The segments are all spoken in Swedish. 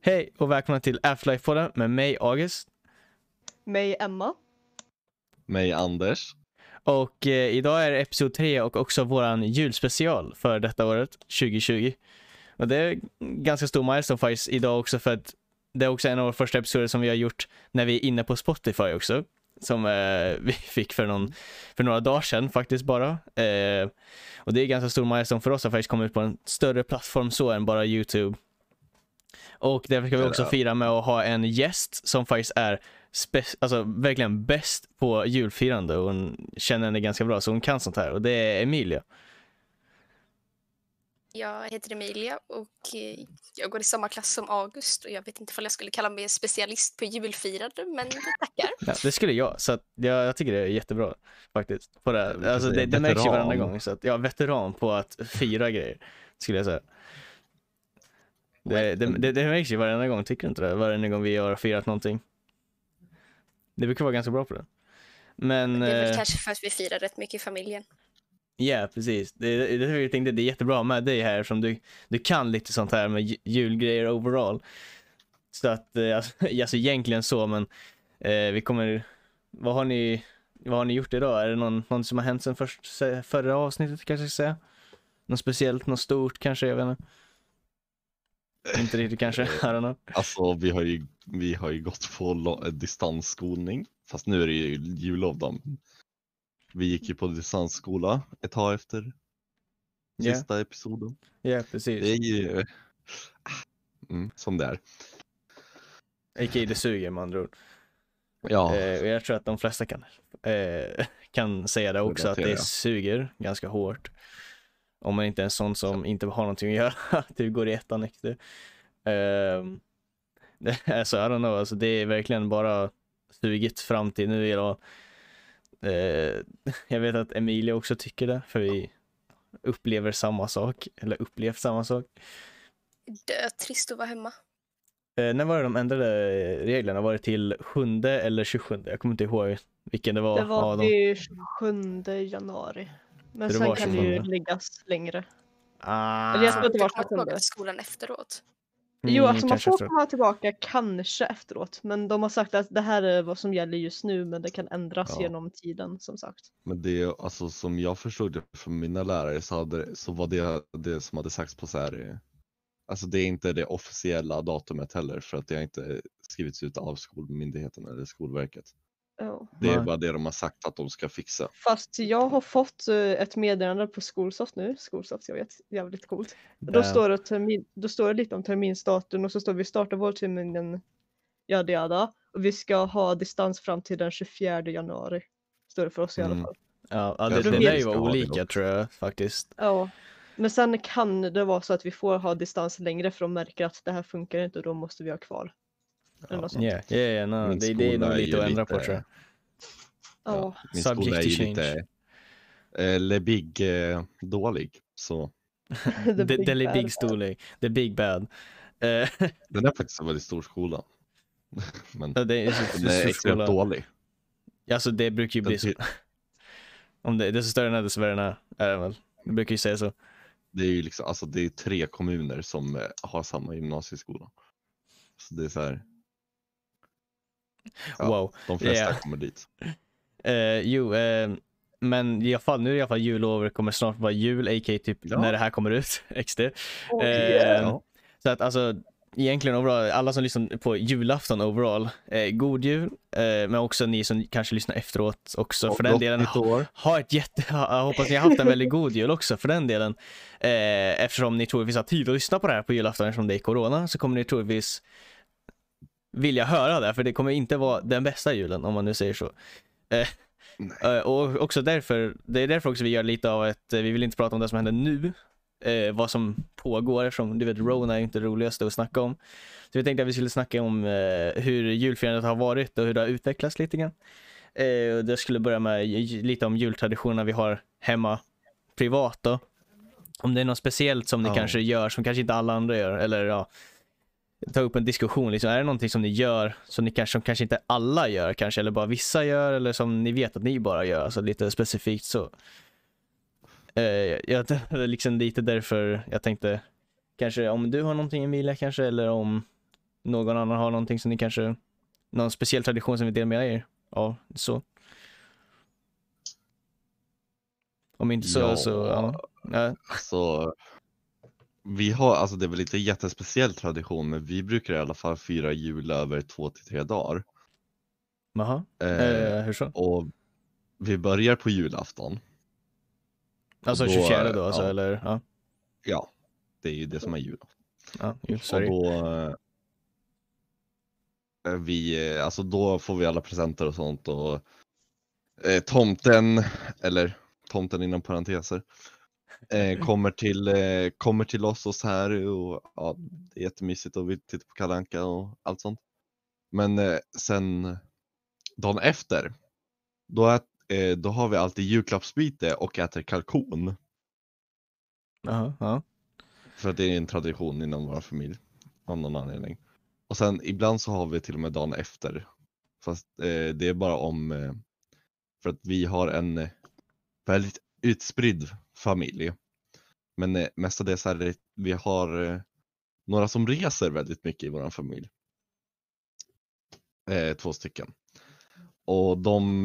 Hej och välkomna till Afterlife-podden med mig August. Mig Emma. Mig Anders. Och idag är det episod 3 och också våran julspecial för detta året, 2020. Och det är ganska stor milestone faktiskt idag också, för att det är också en av våra första episoder som vi har gjort när vi är inne på Spotify också. Som vi fick för några dagar sedan faktiskt bara. Och det är ganska stor milestone för oss att faktiskt komma ut på en större plattform så än bara YouTube. Och därför ska vi också fira med att ha en gäst som faktiskt är alltså verkligen bäst på julfirande, och hon känner henne ganska bra så hon kan sånt här, och det är Emilia. Jag heter Emilia och jag går i samma klass som August, och jag vet inte om jag skulle kalla mig specialist på julfirande, men tackar. Ja, det skulle jag, så att jag tycker det är jättebra faktiskt på det. Alltså det märks ju varenda gång, så att jag är veteran på att fira grejer, skulle jag säga. Det märks ju varenda gång, tycker du inte det? Varenda gång vi har firat någonting. Det brukar vara ganska bra på det. Men det är väl kanske för att vi firar rätt mycket i familjen. Ja, precis. Jag tänkte det är jättebra med dig här, som du kan lite sånt här med julgrejer overall. Så att alltså egentligen så, men vi kommer, vad har ni gjort idag? Är det någon som har hänt sen förra avsnittet, kanske jag ska säga? Något speciellt, något stort kanske, jag vet inte. Inte riktigt kanske, I don't know. Alltså vi har ju gått på distansskolning, fast nu är det ju jullov då. Vi gick ju på distansskola ett tag efter sista episoden. Ja, precis. Det är ju som det är. Okej, det suger med andra ord. Ja. Jag tror att de flesta kan säga det också, att det suger ganska hårt. Om man inte är en sån som inte har någonting att göra, typ går i ettan efter. Alltså, I don't know, alltså, det är verkligen bara sugit fram till nu idag. Jag vet att Emilia också tycker det, för vi upplever samma sak, eller upplevt samma sak. Trist att vara hemma. När var det de ändrade reglerna? Var det till 7 eller 27? Jag kommer inte ihåg vilken det var. Det var till 27 januari. Men sen kan det ju läggas längre. Eller jag ska inte vara tillbaka till skolan efteråt. Jo, alltså man får komma tillbaka kanske efteråt. Men de har sagt att det här är vad som gäller just nu, men det kan ändras genom tiden, som sagt. Men det är alltså, som jag förstod det från mina lärare, så var det som hade sagts på så här. Alltså det är inte det officiella datumet heller, för att det har inte skrivits ut av skolmyndigheten eller Skolverket. Det är bara det de har sagt att de ska fixa. Fast jag har fått ett meddelande på Skolsoft nu. Skolsoft, jag vet, jävligt coolt. Då står det lite om terminsdatum, och så står vi startar vårterminen jada. Och vi ska ha distans fram till den 24 januari. Står det för oss i alla fall. Ja, det lär ju vara olika, tror jag faktiskt. Ja, men sen kan det vara så att vi får ha distans längre, för de märker att det här funkar inte, och då måste vi ha kvar. Det är nog lite att ändra på, tror jag. Ja, min skola är ju lite big dålig, så the big storlek, the big bad. Den är faktiskt en väldigt stor skola. Men det är extremt dålig. Alltså det brukar ju bli så. Om det är så större än det, så är det väl. Det brukar ju säga så. Det är ju liksom, alltså det är 3 kommuner som har samma gymnasieskola. Så det är så här. Ja, wow. De flesta kommer dit. Men i alla fall, nu är det i alla fall jullov, det kommer snart vara jul, a.k.a. typ när det här kommer ut, XD. Så att alltså, egentligen overall, alla som lyssnar på julafton overall, god jul, men också ni som kanske lyssnar efteråt också, för den delen, jag hoppas ni har haft en väldigt god jul också, för den delen, eftersom ni troligtvis har tid att lyssna på det här på julafton, eftersom det är corona, så kommer ni troligtvis vilja höra det, för det kommer inte vara den bästa julen, om man nu säger så. Och också därför, det är därför också vi gör lite av att vi vill inte prata om det som händer nu, vad som pågår, eftersom du vet, Rona är inte det roligaste att snacka om. Så vi tänkte att vi skulle snacka om hur julfirandet har varit och hur det har utvecklats lite grann. Det skulle börja med lite om jultraditionerna vi har hemma privat då. Om det är något speciellt som ni kanske gör som kanske inte alla andra gör, eller ta upp en diskussion liksom. Är det någonting som ni gör som kanske inte alla gör kanske, eller bara vissa gör, eller som ni vet att ni bara gör, alltså lite specifikt så. Jag liksom lite därför jag tänkte kanske om du har någonting, Emilia, kanske, eller om någon annan har någonting som ni kanske, någon speciell tradition som vi delar med er av, så. Om inte så, så ja. Alltså, vi har, alltså det är väl inte en jättespeciell tradition, men vi brukar i alla fall fira jul över 2 till 3 dagar. Jaha, hur så? Och vi börjar på julafton. Alltså då, 24 då, alltså, ja. eller? Ja. Ja, det är ju det som är julafton. Ja, Och då får vi alla presenter och sånt, och tomten, eller tomten inom parenteser, kommer till oss och så här, och ja, det är jättemysigt och vi tittar på Kalle Anka och allt sånt. Men sen dagen efter, då har vi alltid julklappsbyte och äter kalkon. Ja. För att det är en tradition inom vår familj av någon anledning. Och sen ibland så har vi till och med dagen efter. Fast det är bara för att vi har en väldigt utspridd familj. Men mestadels är det, vi har några som reser väldigt mycket i vår familj. 2 stycken. Och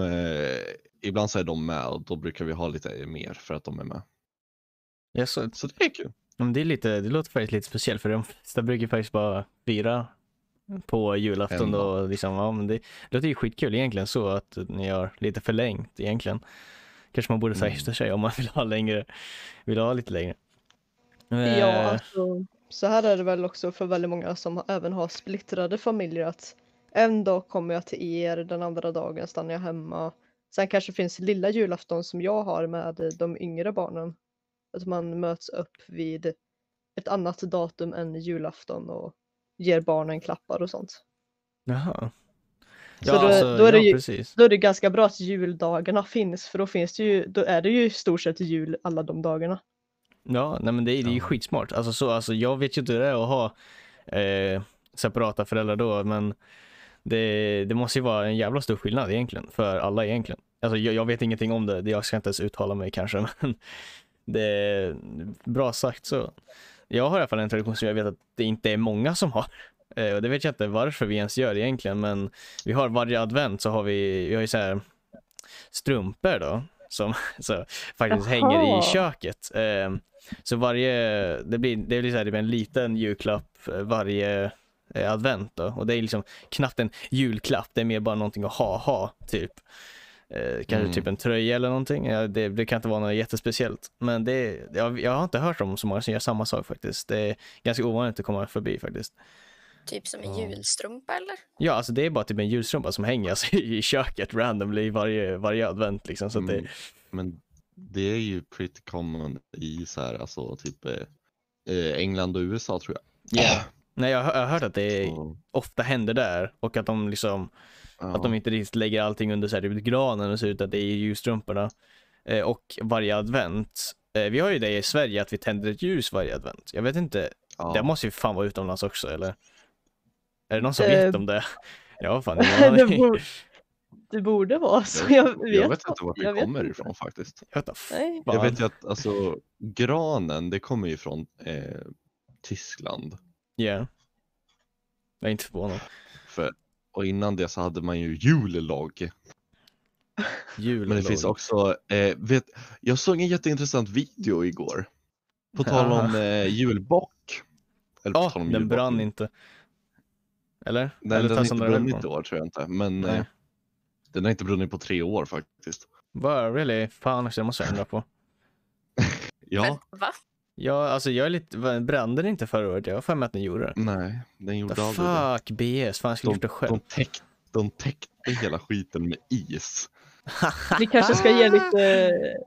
ibland så är de med, och då brukar vi ha lite mer för att de är med. Ja, Så det är kul. Men det låter faktiskt lite speciellt, för de flesta brukar faktiskt bara fira på julafton och liksom, ja, men det låter ju skitkul egentligen, så att ni har lite förlängt egentligen. Kanske man borde säga efter sig om man vill ha lite längre. Ja, alltså, så här är det väl också för väldigt många som även har splittrade familjer, att en dag kommer jag till er, den andra dagen stannar jag hemma. Sen kanske finns lilla julafton som jag har med de yngre barnen. Att man möts upp vid ett annat datum än julafton och ger barnen klappar och sånt. Jaha. Så då är det ganska bra att juldagarna finns, för då är det ju i stort sett jul alla de dagarna. Ja, nej, men det är ju skitsmart. Alltså jag vet ju inte hur det är att ha separata föräldrar då, men det måste ju vara en jävla stor skillnad egentligen för alla egentligen. Alltså jag vet ingenting om det. Jag ska inte ens uttala mig kanske, men det är bra sagt så. Jag har i alla fall en tradition som jag vet att det inte är många som har. Och det vet jag inte varför vi ens gör egentligen, men vi har varje advent så har vi har ju så här strumpor då som så faktiskt hänger i köket. Så det blir så här en liten julklapp varje advent då, och det är liksom knappt en julklapp, det är mer bara någonting att ha typ. Kanske typ en tröja eller någonting. Det kan inte vara något jättespeciellt, men jag har inte hört om så många som gör samma sak faktiskt. Det är ganska ovanligt att komma förbi faktiskt. Typ som en julstrumpa eller? Ja, alltså det är bara typ en julstrumpa som hänger alltså, i köket randomly varje advent liksom, så att men det är ju pretty common i så här, alltså typ England och USA tror jag. Yeah. Nej, jag har hört att det ofta händer där, och att de liksom att de inte riktigt lägger allting under så här granen och ser ut att det är julstrumporna. Och varje advent. Vi har ju det i Sverige att vi tänder ett ljus varje advent. Jag vet inte, det måste ju fan vara utomlands också, eller? Är det någon som vet om det? Ja, fan. Det borde vara så. Jag vet inte vart det kommer ifrån faktiskt. Jag vet ju att alltså, granen, det kommer ju från Tyskland. Ja. Yeah. Jag är inte förvånad. Och innan det så hade man ju jullag. Men det finns också, jag såg en jätteintressant video igår. På tal om julbock. Den brann inte. Eller? Nej, den har inte brunnit i år tror jag inte. Men den har inte brunnit på 3 år faktiskt. Wow, really? Fan, det måste jag ändra på. Ja. Va? Ja, alltså jag är lite, brände den inte förra året? Jag har för mig att den gjorde det. Nej, den gjorde aldrig det. Fuck, BS, fan jag skulle gjort det själv. De täckte hela skiten med is. Vi kanske ska ge lite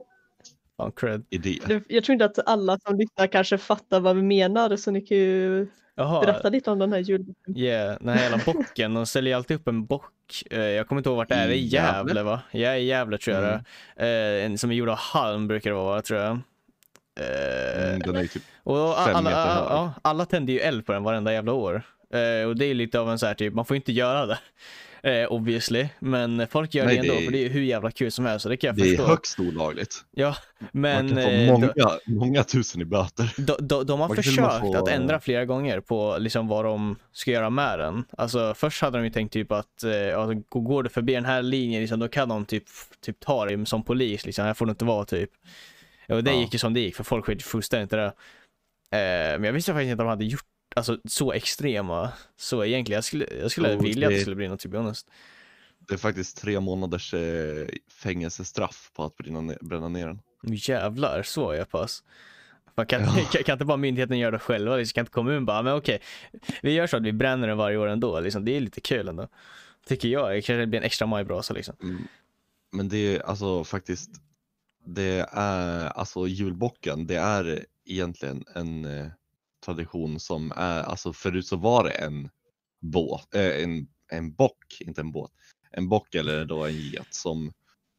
idé. Jag tror inte att alla som lyssnar kanske fattar vad vi menar, så ni kan ju berätta lite om den här julbocken. Ja, den här hela bocken, de ställer alltid upp en bock. Jag kommer inte ihåg vart det är, i Gävle va? Jag är i Gävle tror jag det. Som är gjord av halm brukar det vara, tror jag. Den är typ Och 5 meter hög. alla tänder ju eld på den varenda jävla år. Och det är lite av en så här typ, man får inte göra det. Obviously, men folk gör det ändå, för det är hur jävla kul som helst, så det kan jag förstå. Det är högst olagligt. Ja, men man kan få många tusen i böter. De har försökt att ändra flera gånger på liksom vad de ska göra med den. Alltså först hade de ju tänkt typ att går du förbi den här linjen liksom, då kan de typ ta dig som polis liksom. Här får det inte vara typ. Och det gick ju som det gick, för folk skit fullständigt det där. Men jag visste faktiskt inte att de hade gjort alltså så extrema. Så egentligen jag skulle vilja att det skulle bli något, typ honest. Det är faktiskt 3 månaders fängelsestraff på att bränna ner den. Jävlar, så är pass. Man kan inte bara myndigheten göra det själva, liksom, kan inte kommun bara, men okej, vi gör så att vi bränner den varje år ändå, liksom. Det är lite kul ändå. Tycker jag, det kanske blir en extra majbrasa liksom. Men det är alltså faktiskt, det är alltså julbocken, det är egentligen en tradition som är, alltså förut så var det en båt, en bock, inte en båt, en bock eller då en get som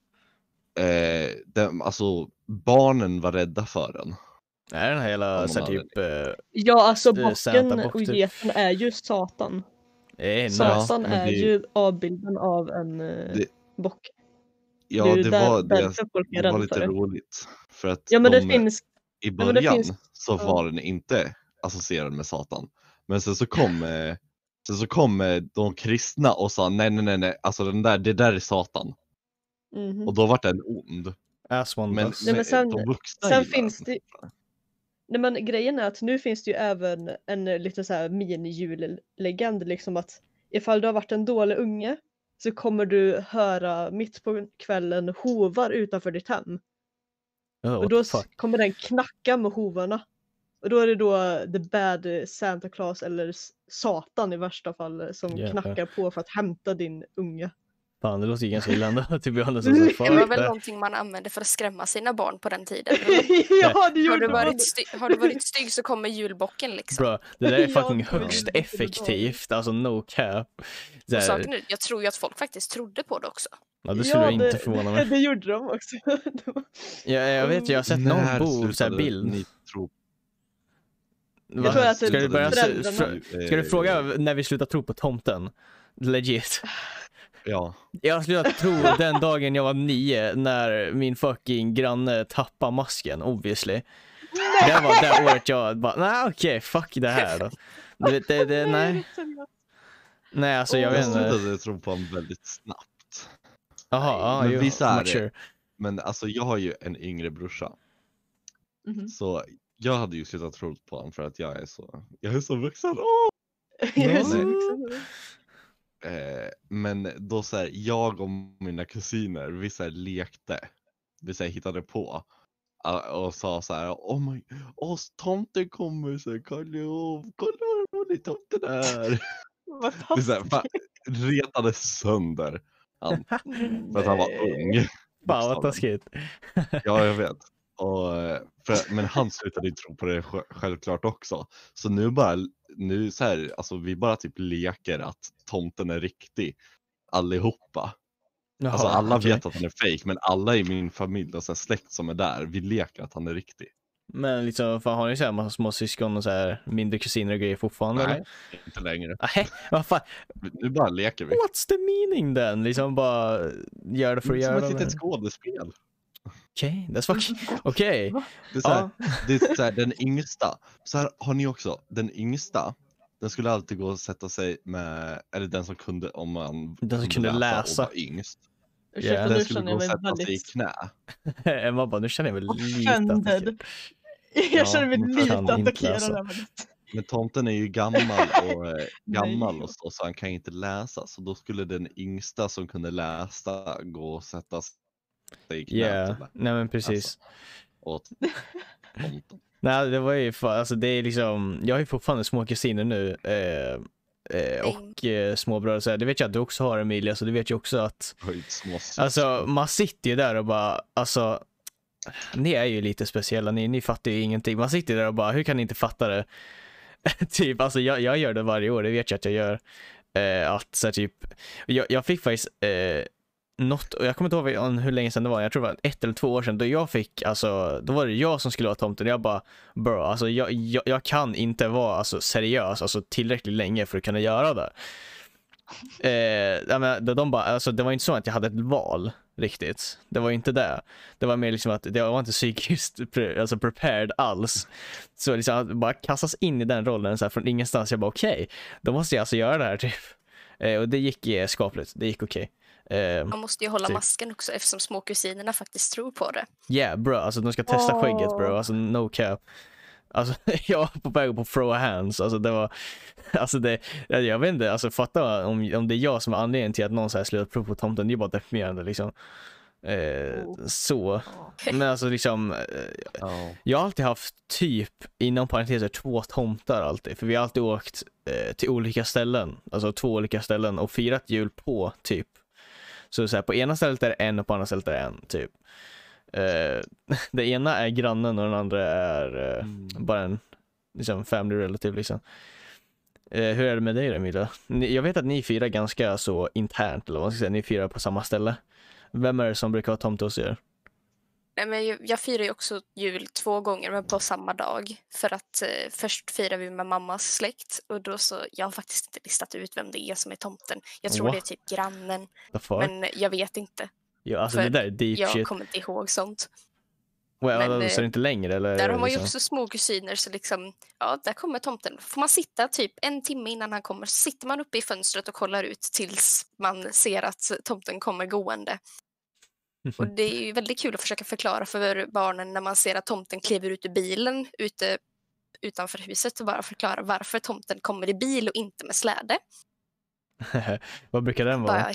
alltså barnen var rädda för den. Är den här hela så här, typ ja, alltså bocken Santa-bock, och typ. geten är ju Satan. Nice. Satan är ju avbilden av en bock. Ja, det var lite roligt för att ja, men det finns i början så var den inte associerad med Satan. Men sen så kom de kristna och sa nej, alltså det där är Satan. Och då var den ond. Men sen de vuxna sen finns det. Nej, men grejen är att nu finns det ju även en lite så här mini-jullegend liksom, att ifall du har varit en dålig unge så kommer du höra mitt på kvällen hovar utanför ditt hem. Och då kommer den knacka med hovarna. Och då är det då the bad Santa Claus eller Satan i värsta fall som knackar på för att hämta din unge. Fan, det låter ju ganska illa ändå. Det var väl någonting man använde för att skrämma sina barn på den tiden. Ja, det har du varit stygg så kommer julbocken liksom. Bro, det där är fucking högst effektivt. Alltså no cap. Och saken är, jag tror ju att folk faktiskt trodde på det också. Ja, det skulle jag inte förvåna mig. Det gjorde de också. Ja, jag vet, jag har sett någon så här bild. Ni tro? Jag tror att ska du fråga när vi slutar tro på tomten? Legit. Ja. Jag slutade tro den dagen jag var 9 när min fucking granne tappade masken, obviously. Det var det året jag bara, nej okej, fuck det här då. Nej. Nej, alltså jag vet inte. Jag slutade tro på honom väldigt snabbt. Jaha, men vissa är det. Men alltså jag har ju en yngre brorsa. Så jag hade ju slutat tro på honom för att jag är så vuxen. Men då så här, jag och mina kusiner, vi så här lekte, vi så här hittade på och sa så här, tomten kommer så här, kolla vad roligt tomten är. Vi så här, retade sönder han för att han var ung. Fan vad taskigt. Ja, jag vet. Men han slutade ju tro på det självklart också. Så nu så här, alltså vi bara typ leker att tomten är riktig allihopa. Jaha, alltså alla vet att han är fake, men alla i min familj och så här släkt som är där, vi leker att han är riktig. Men liksom, fan, har ni så här massa små syskon och så här mindre kusiner och grejer fortfarande? Nej, inte längre. Nej, vad fan? Nu bara leker vi. What's the meaning then? Liksom bara gör det för att göra det. Som ett litet skådespel. Okej, that's fucking okej. Det är så här, den yngsta. Så här har ni också, den yngsta. Den skulle alltid gå och sätta sig med, eller den som kunde, om man den som kunde läsa och var yngst. Yeah. Den skulle gå och sätta sig i knä. Emma bara, nu känner jag väl lite attackerad. Jag känner mig lite attackerad. Men tomten är ju gammal och så han kan inte läsa. Så då skulle den yngsta som kunde läsa gå och sätta sig i knät. Nej men precis. Alltså, tomten. Nej, det var ju alltså det är liksom, jag har ju fortfarande små kusiner nu och småbröder, så det vet jag att du också har, Emilia, så du vet ju också att alltså man sitter ju där och bara, alltså ni är ju lite speciella, ni fattar ju ingenting, man sitter där och bara, hur kan ni inte fatta det? Typ, alltså jag gör det varje år, det vet jag att jag gör, att så här, typ, jag fick faktiskt och jag kommer inte ihåg hur länge sedan det var, jag tror det var 1 eller 2 år sedan, då jag fick, alltså, då var det jag som skulle vara tomten. Jag bara, bro, alltså jag kan inte vara alltså, seriös, alltså tillräckligt länge för att kunna göra det. De bara, alltså, det var inte så att jag hade ett val riktigt. Det var inte det. Det var mer liksom att det var inte psykiskt alltså prepared alls. Så liksom att bara kastas in i den rollen så här, från ingenstans. Jag bara okej, då måste jag alltså göra det här typ. Och det gick skapligt. Det gick okej. Man måste ju hålla masken också eftersom småkusinerna faktiskt tror på det. Yeah bro, alltså de ska testa skägget bro, alltså no cap. Alltså jag var på väg på throw hands, alltså det var, alltså det, jag vet inte, alltså fatta om det är jag som är anledningen till att någon så här slutar prova på tomten, det är bara deprimerande liksom. Så, men alltså liksom, jag har alltid haft typ, inom parenteser, 2 tomtar alltid, för vi har alltid åkt till olika ställen, alltså 2 olika ställen och firat jul på typ. Så här, på ena stället är det en och på andra stället är det en typ. Det ena är grannen och den andra är bara en liksom, family relative liksom. Hur är det med dig då, Emilia? Jag vet att ni firar ganska så internt, eller vad ska jag säga, ni firar på samma ställe. Vem är det som brukar ha tomte hos er? Nej, men jag firar ju också jul 2 gånger, men på samma dag. För att först firar vi med mammas släkt. Och då så, jag har faktiskt inte listat ut vem det är som är tomten. Jag tror det är typ grannen. Men jag vet inte. Ja, alltså det där är deep jag shit. kommer inte ihåg sånt. Men, så är det inte längre? Eller, där har man ju liksom också små kusiner, så liksom, ja, där kommer tomten. Får man sitta typ 1 timme innan han kommer, så sitter man uppe i fönstret och kollar ut tills man ser att tomten kommer gående. Och det är ju väldigt kul att försöka förklara för barnen när man ser att tomten kliver ut ur bilen utanför huset och bara förklara varför tomten kommer i bil och inte med släde. Vad brukar den vara?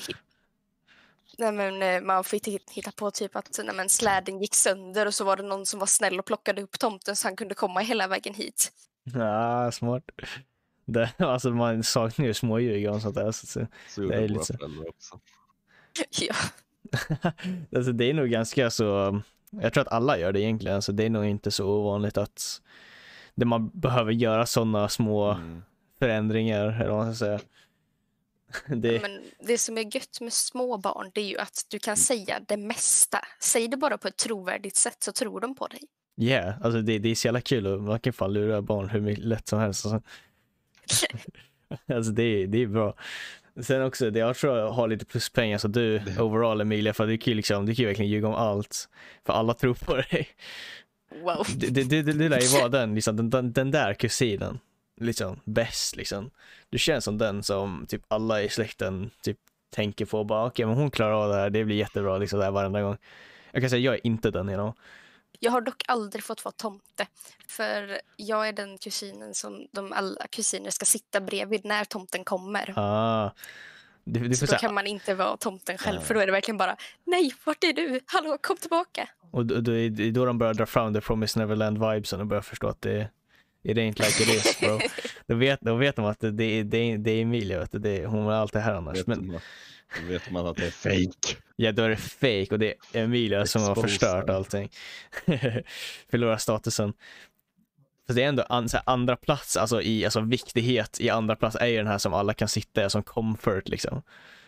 Man får hitta på typ att släden gick sönder och så var det någon som var snäll och plockade upp tomten så han kunde komma hela vägen hit. Ja, smart. Alltså man saknar ju smådjur och sånt där. Så det är lite föräldrar också. Ja. Alltså det är nog ganska så, jag tror att alla gör det egentligen, så det är nog inte så ovanligt att man behöver göra sådana små förändringar, eller vad man ska säga. Men det som är gött med små barn, det är ju att du kan säga det mesta. Säg det bara på ett trovärdigt sätt så tror de på dig. Ja, yeah, alltså det är så jävla kul och man kan fan lura barn hur lätt som helst. Alltså det är bra. Sen också, jag tror jag har lite pluspengar så du overall, Emilia, för du kan ju verkligen ljuga om allt, för alla tror på dig. Wow. Det lär ju vara den, liksom, den där kusinen liksom, bäst liksom. Du känns som den som typ alla i släkten typ tänker på, bara okej, men hon klarar av det här, det blir jättebra liksom, där varenda gång. Jag kan säga, jag är inte den, you know. Jag har dock aldrig fått vara tomte, för jag är den kusinen som alla kusiner ska sitta bredvid när tomten kommer. Så då kan man inte vara tomten själv, för då är det verkligen bara, nej, vart är du? Hallå, kom tillbaka. Och då de börjar dra fram The Promised Neverland vibes och börjar förstå att det ain't like it is, bro. Då vet de att det är Emilia, vet du, hon var alltid här annars. Då vet man att det är fake. Ja, då är det fake och det är Emilia som har förstört allting. Förlorar statusen. För det är ändå andra plats, alltså viktighet i andra plats är ju den här som alla kan sitta i, som comfort liksom.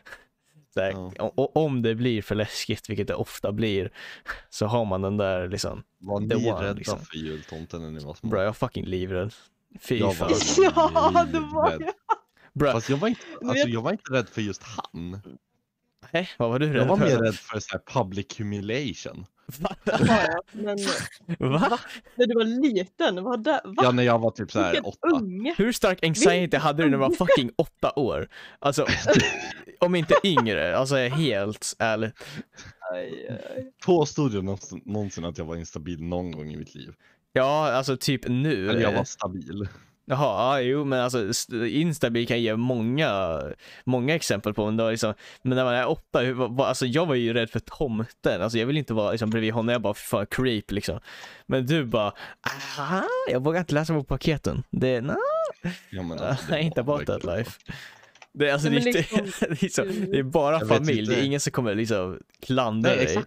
Om det blir för läskigt, vilket det ofta blir, så har man den där liksom. Var ni rädda för jultomten när ni var små? Bro, jag är fucking livrädd. Fy fan. Ja, det var jag. Bro. Fast jag var inte rädd för just han. Nej, vad var du rädd för? Jag var mer rädd för så här public humiliation. Va? Men Va? när du var liten, va? Ja, när jag var typ så här 8. Unge. Hur stark anxiety hade du när du var fucking 8 år? Alltså, om inte yngre, alltså helt ärligt. Påstod jag någonsin att jag var instabil någon gång i mitt liv? Ja, alltså typ nu. Eller jag var stabil. Jaha, jo, men alltså instabil kan ge många exempel på, men liksom, men när man är 8, alltså jag var ju rädd för tomten, alltså jag vill inte vara liksom bredvid honom, jag bara fan creep liksom. Men du bara, jag vågar inte läsa på paketen. Det ja, men alltså, inte about that life. Det, alltså, ja, det är bara familj, det är ingen som kommer liksom klandra dig. Exakt.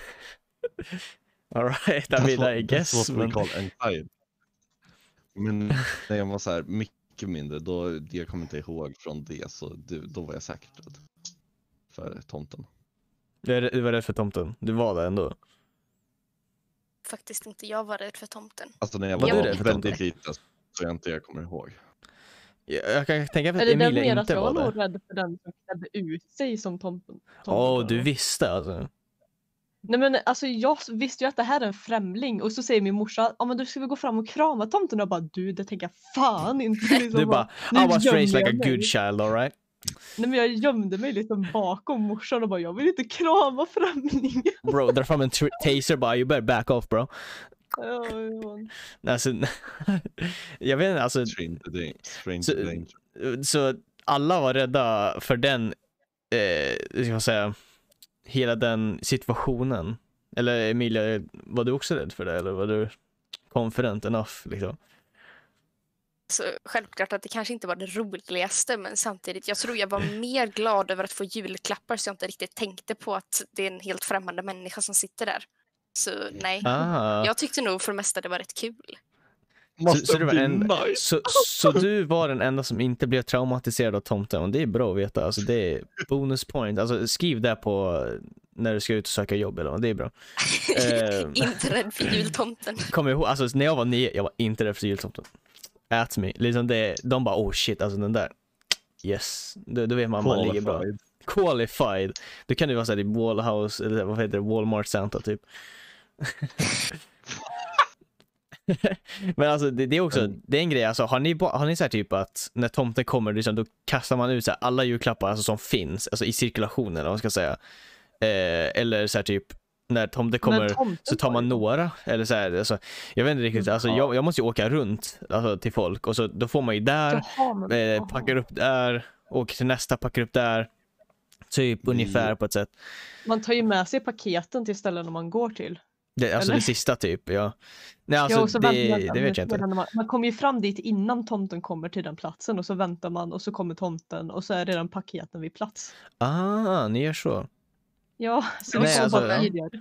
All right, I mean, I guess. Men när jag var så här mycket mindre, då jag kommer inte ihåg från det, så då var jag säkert rädd för tomten. Du var rädd för tomten? Du var där ändå? Faktiskt inte, jag var rädd för tomten. Alltså när jag Var var du rädd för tomten? väldigt liten så jag kommer ihåg. Jag kan tänka mig att Eller den Emilia mer att inte jag var var nog där. rädd för den som klädde ut sig som tomten. Du visste alltså? Nej men alltså jag visste ju att det här är en främling och så säger min morsa, ja men du ska väl gå fram och krama tomten, och jag bara det tänker jag fan inte. Liksom, Du bara, nu I was gömmer raised like a jag mig. good child, alright? Nej men jag gömde mig liksom bakom morsan och bara jag vill inte krama främlingen. Bro, they're from a taser, bara you better back off bro. Ja. Alltså, jag vet inte, alltså. Så alla var rädda för den, ska man säga, hela den situationen. Eller Emilia, var du också rädd för det? Eller var du confident enough liksom? Så självklart att det kanske inte var det roligaste, men samtidigt, jag tror jag var mer glad över att få julklappar, så jag inte riktigt tänkte på att det är en helt främmande människa som sitter där. Så nej, jag tyckte nog för det mesta det var rätt kul. Så du var den enda som inte blev traumatiserad av tomten, och det är bra att veta, alltså det är bonus point, alltså skriv det på när du ska ut och söka jobb eller vad, det är bra. Inte rädd för jultomten. Kom ihåg, alltså när jag var 9, jag var inte rädd för jultomten. At me, liksom de bara oh shit, alltså den där, yes, då vet man ligger bra. Qualified. Då kan det vara så här i Wallhouse, eller vad heter det, Walmart Santa typ. Men alltså det är också, det är en grej, alltså har ni så här typ att när tomten kommer liksom, då kastar man ut så här alla julklappar alltså, som finns alltså i cirkulationen, eller vad man ska säga, eller så här typ när tomten kommer så tar man några, eller så här, alltså, jag vet inte riktigt, alltså jag måste ju åka runt alltså, till folk, och så då får man ju där, packar upp där, åker till nästa, packar upp där, typ ungefär på ett sätt. Man tar ju med sig paketen till ställen man går till. Alltså det sista typ, ja. Nej, alltså det vet jag inte. Man kommer ju fram dit innan tomten kommer till den platsen, och så väntar man och så kommer tomten och så är redan paketen vid plats. Ni gör så. Ja, så vi kommer bara tidigare.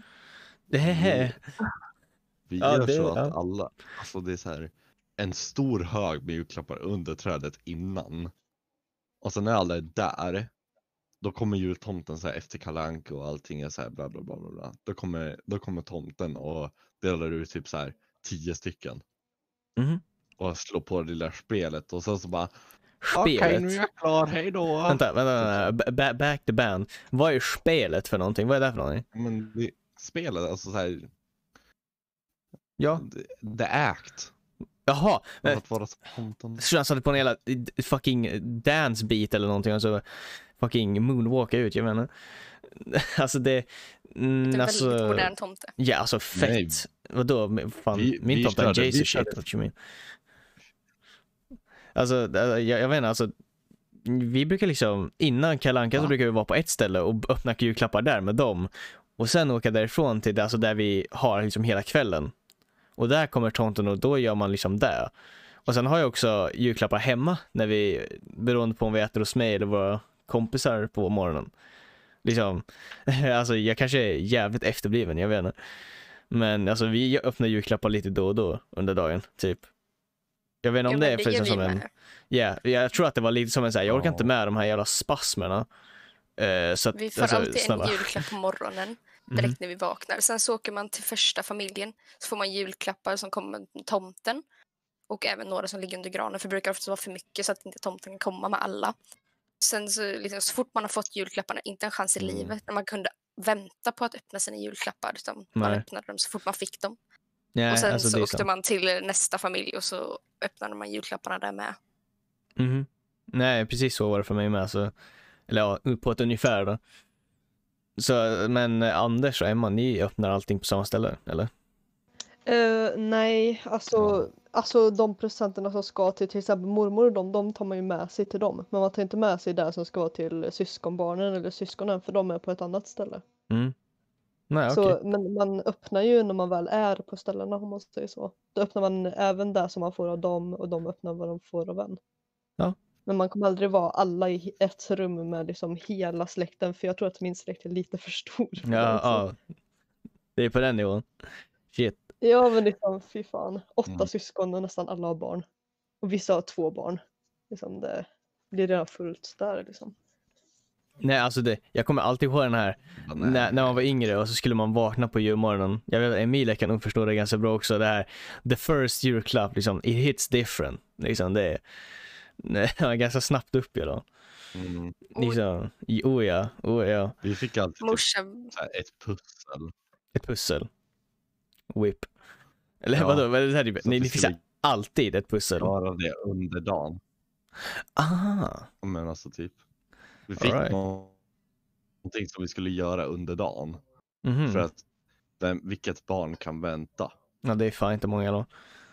Vi gör så att alla, alltså det är så här en stor hög med julklappar under trädet innan. Och sen när alla är där, då kommer jultomten så här efter Kalle Anka och allting är så här bla bla bla bla. Då kommer tomten och delar ut typ så här 10 stycken. Och slår på det lilla spelet, och sen så bara okej, nu är jag klar, hej då. Vänta. Back the band. Vad är spelet för någonting? Vad är det för någonting? Men det, spelet, alltså så här. Ja. The act. Jaha. Att vara tomten. Så han satte på en hela fucking dance beat eller någonting, och så fucking moonwalka ut, jag menar. Alltså det är en alltså, väldigt modern tomte. Ja, alltså fett. Nej. Vadå? Fan, min tomte är Jesus shit, what you mean? Alltså, jag vet inte, alltså vi brukar liksom, innan Kalle Anka så brukar vi vara på ett ställe och öppna julklappar där med dem. Och sen åka därifrån till det, alltså där vi har liksom hela kvällen. Och där kommer tomten, och då gör man liksom det. Och sen har jag också julklappar hemma när vi, beroende på om vi äter hos mig eller våra kompisar på morgonen. Liksom, alltså jag kanske är jävligt efterbliven, jag vet inte. Men alltså vi öppnar julklappar lite då och då under dagen, typ. Jag vet inte om det är för som en... Ja, jag tror att det var lite som en så här, jag orkar inte med de här jävla spasmerna. Så att, vi får alltid en julklapp på morgonen, direkt när vi vaknar. Sen så åker man till första familjen, så får man julklappar som kommer med tomten. Och även några som ligger under granen, för det brukar ofta vara för mycket så att inte tomten kan komma med alla. Sen så, liksom, så fort man har fått julklapparna, inte en chans i livet när man kunde vänta på att öppna sina julklappar, utan man öppnade dem så fort man fick dem. Ja, och sen alltså så åkte man till nästa familj och så öppnade man julklapparna där med. Nej, precis så var det för mig med. Så, eller ja, på ett ungefär då. Så, men Anders och Emma, ni öppnar allting på samma ställe, eller? Nej, alltså de presenterna som ska till exempel mormor och de tar man ju med sig till dem. Men man tar inte med sig där som ska vara till syskonbarnen eller syskonen, för de är på ett annat ställe. Nej, så, okay. Men man öppnar ju när man väl är på ställena, om man säger så. Då öppnar man även där som man får av dem, och de öppnar vad de får av en. Ja. Men man kommer aldrig vara alla i ett rum med liksom hela släkten, för jag tror att min släkt är lite för stor. Ja. Det är på den nivån. Shit. Ja, men liksom, fy fan. 8 syskon och nästan alla har barn. Och vissa har 2 barn. Liksom det blir redan fullt där liksom. Nej, alltså jag kommer alltid ihåg den här när man var yngre och så skulle man vakna på julmorgonen. Jag vet att Emilia kan nog förstå det ganska bra också. Det här, the first year club, liksom, it hits different. Liksom, det är ganska snabbt upp ju då. Liksom, ja. Vi fick alltid ett pussel. Ett pussel. Whip. Eller vadå? Vad är det här typ? Ni fick alltid ett pussel. Bara det under dagen. Men alltså typ. Vi fick någonting som vi skulle göra under dagen. För att vilket barn kan vänta? Ja, det är fan inte många då.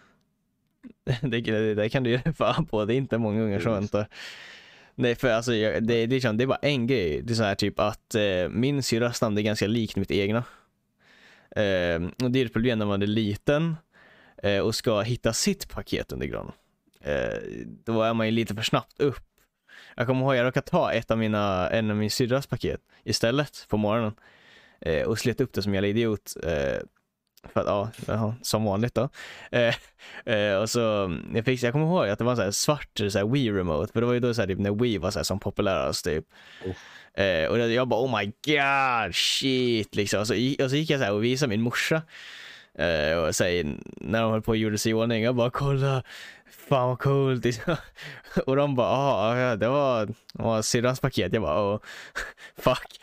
Det kan du göra fan på. Det är inte många ungar som väntar. Nej, för alltså det är bara en grej. Det är så här typ att min syrras namn är ganska likt mitt egna. Och det är ett problem när man är liten och ska hitta sitt paket under granen. Då är man ju lite för snabbt upp. Jag kommer ihåg att jag råkade ta en av min syrras paket istället på morgonen och slet upp det som jag idiot. För att, som vanligt då. Och så jag kommer ihåg att det var en så här svart så här Wii remote, för det var ju då så här, typ, när Wii var så här, som populärast typ. Och jag bara oh my god shit liksom. Och så gick jag så här och visade min morsa och säger när de höll på och gjorde sig i ordning, jag bara kolla fan vad coolt liksom. Och de bara det var syrrans paket. Jag bara fuck.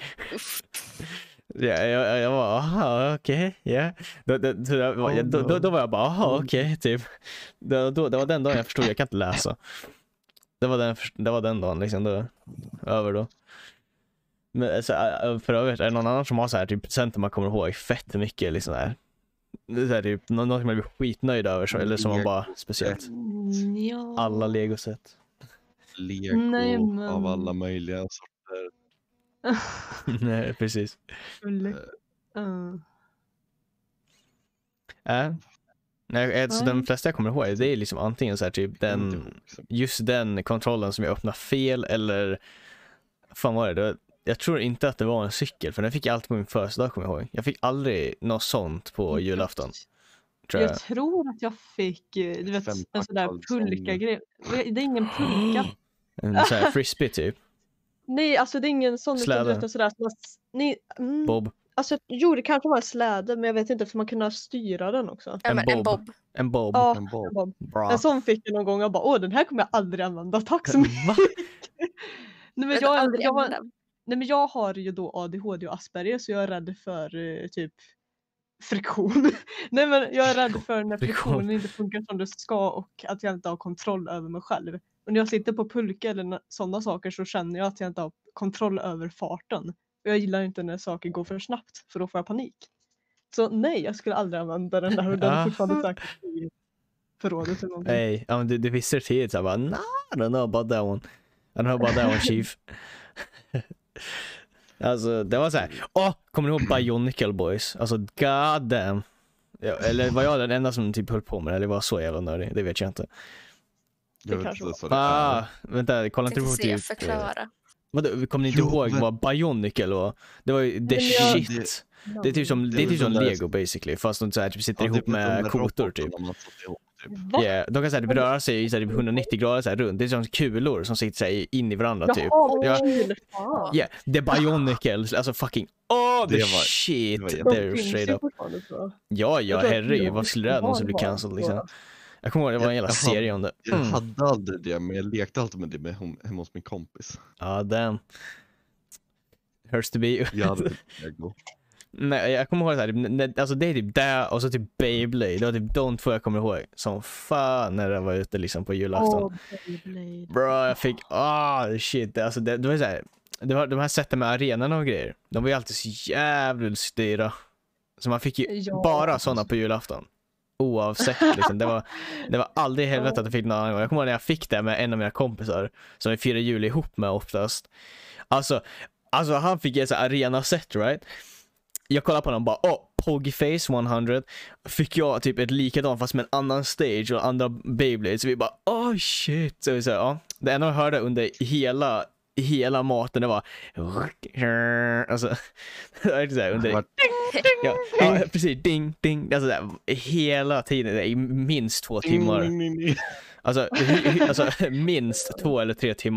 Jag var okej, ja. Då var jag bara okej, typ. Det var den dagen jag förstod jag kan inte läsa. Det var den dagen liksom då över då. Men så, för övrigt är det någon annan som har så här typ presenter man kommer ihåg fett mycket liksom där. Det är typ något som man blir skitnöjd över så, eller som man bara speciellt. Alla Lego-set. Lego av alla möjliga sorter. Nej, precis. Nej, så den flesta jag kommer ihåg, det är liksom antingen så här typ just den kontrollen som jag öppnar fel, eller fan var det? Jag tror inte att det var en cykel, för den fick jag alltid på min födelsedag, kommer jag ihåg. Jag fick aldrig något sånt på julafton. Jag tror att jag fick du vet, en sån där pulka-grej. Det är ingen pulka. En sån här frisbee typ. Nej, alltså det är ingen sån släde. Sådär, Bob. Alltså det kanske var en släde, men jag vet inte, för man kunde styra den också. En bob. En bob. Ja, en bob. En sån fick jag någon gång och bara den här kommer jag aldrig använda. Tack så mycket. Nej, men jag har ju då ADHD och Asperger, så jag är rädd för typ friktion. Nej, men jag är rädd för när friktionen inte funkar som det ska och att jag inte har kontroll över mig själv. Och när jag sitter på pulka eller sådana saker så känner jag att jag inte har kontroll över farten. Och jag gillar inte när saker går för snabbt, för då får jag panik. Så nej, jag skulle aldrig använda den där. Och den är fortfarande säkert i förrådet eller någonting. Nej, men du visste det tidigt. Så jag bara, I don't know about that one. I don't know about that one, chief. Alltså, det var så här. Kommer ni ihåg Bionicle Boys? Alltså, god damn. Ja, eller var jag den enda som typ höll på med det? Eller var så jävla nördig? Det vet jag inte. Det kanske var. Vänta, kolla inte på typ. Förklara. Kommer ni inte ihåg vad Bionicle var? Det var ju the shit. Det är typ som Lego basically, fast de så här, typ sitter ihop med kotor typ. Yeah, de kan så här, röra sig i så här, 190 grader så här, runt. Det är som kulor som sitter så här, in i varandra typ. Yeah, the Bionicle, alltså fucking the shit. They're straight up. Ja, herregud, vad skulle det någonsin bli cancelled liksom? Jag kommer ihåg, det var en jävla serie om det. Jag hade aldrig det, men jag lekte alltid med det hemma hos min kompis. Damn. Hurts to be you. Jag hade Lego. Nej, jag kommer ihåg så här, alltså det är typ där och så typ Beyblade. Det var typ de två jag kommer ihåg som fan när det var ute liksom på julafton. Bro, jag fick shit. Alltså det var så här, det var de här sätten med arenorna och grejer. De var ju alltid så jävligt styra. Så man fick ju bara sådana på julafton. Oavsett liksom. Det var aldrig helvete att jag fick någon annan gång. Jag kommer ihåg när jag fick det med en av mina kompisar som vi firar jul ihop med oftast. Alltså han fick ett så arena set, right? Jag kollade på honom och bara, Poggyface 100. Fick jag typ ett likadant fast med en annan stage och andra Beyblade. Så vi bara, shit. Så vi sa, det enda jag hörde under hela maten, det var alltså, det är så här, under ja, precis, ding, ding. Alltså där, hela tiden, i minst 2 timmar. Alltså minst 2 eller 3 timmar.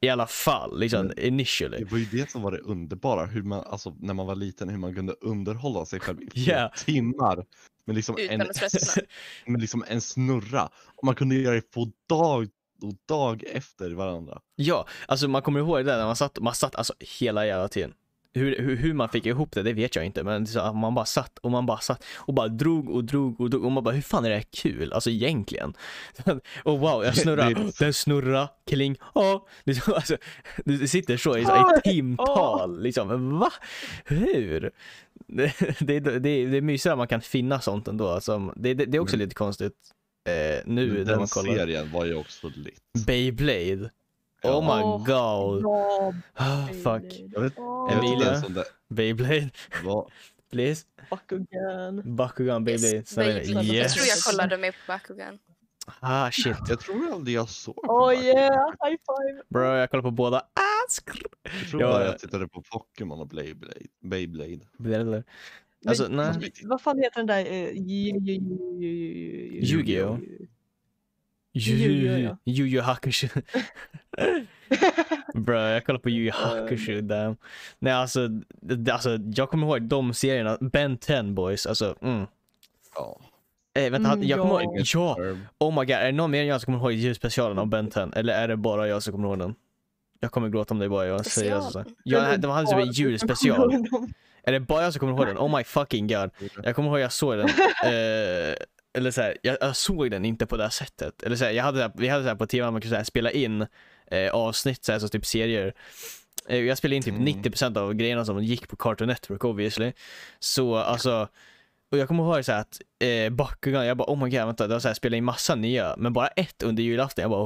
I alla fall, liksom, initially. Det var ju det som var det underbara, hur man, alltså när man var liten, hur man kunde underhålla sig själv i Yeah. timmar. Men liksom, Utan att tröttna. med liksom en snurra. Och man kunde göra det på dag efter varandra. Ja, alltså man kommer ihåg det där när man satt alltså hela jävla tiden. Hur man fick ihop det vet jag inte, men så man bara satt och bara drog och man bara, hur fan är det här kul? Alltså egentligen. Och wow, jag snurrar, den snurrar, kling, liksom, alltså, det sitter så i timtal, liksom, va? Hur? Det är mysigare man kan finna sånt ändå, alltså, det är också lite konstigt nu när man kollar. Den serien var ju också lit. Beyblade. Oh my god. Fuck. Jag vet Emilia, som det Beyblade. var. Please. Bakugan, Beyblade. Yes, Beyblade. Yes. Jag tror jag kollade med på Bakugan. Ah shit. Jag tror aldrig jag såg. Yeah, high five. Bro, jag kollar på båda. Jag tror bara jag tittade på Pokémon och Beyblade. Alltså, nej. Vad fan heter den där? Yu-Gi-Oh! Yu-Yu Hakusho. Bro, jag kollar på Yu-Yu Hakusho där. Nej, alltså jag kommer ihåg de serierna. Ben 10 boys, alltså. Ja. Vänta, jag kommer ihåg. Ja. Ja. Oh my god, är det någon mer än jag som kommer ihåg julspecialen av Ben 10? Eller är det bara jag som kommer ihåg den? Jag kommer gråta om det är bara jag. Ja, det var han som är julspecial. Är det bara jag som kommer ihåg den? Oh my fucking god. Jag kommer ihåg jag såg den. Eller så här, jag såg den inte på det här sättet. Eller så här, vi hade så här på TV man kunde så här, spela in avsnitt så här, så typ serier. Jag spelade in typ 90% av grejerna som gick på Cartoon Network obviously. Så alltså, och jag kommer ihåg så här att Bakugan, jag bara oh my god, vänta, det var så här, spelade in massa nya, men bara ett under julafton. Jag bara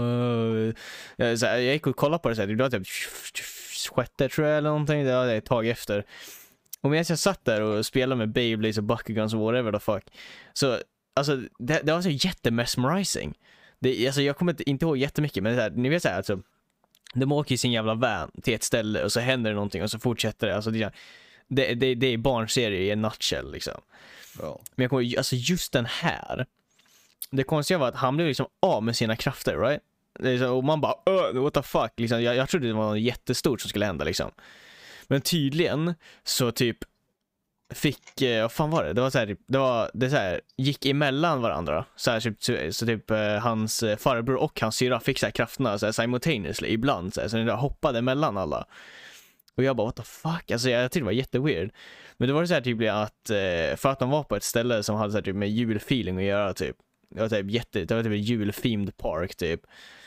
så här, jag gick och kollade på det så här, det var typ sjätte tror jag eller någonting, det var ett tag efter. Och medan jag satt där och spelade med Beyblades och Bakugans och whatever the fuck, så alltså det var så jättemesmerizing. Alltså jag kommer inte ihåg jättemycket, men det här, ni vet så här, alltså de åker i sin jävla van till ett ställe och så händer det någonting och så fortsätter det. Alltså det är barnserie i en nutshell liksom. Ja. Men jag kommer alltså just den här. Det konstiga var att han blev liksom av med sina krafter, right? Och man bara what the fuck liksom. Jag trodde det var något jättestort som skulle hända liksom. Men tydligen så typ fick, vad fan var det? Det var så här, det så här, gick emellan varandra. Så här, så typ hans farbror och hans syra fick så här krafterna så här, simultaneously ibland så det hoppade mellan alla. Och jag bara what the fuck? Alltså jag tyckte det var jätteweird. Men det var så här typ att för att de var på ett ställe som hade så här, typ med julfeeling att göra typ. Det var typ det var typ en julthemed park typ.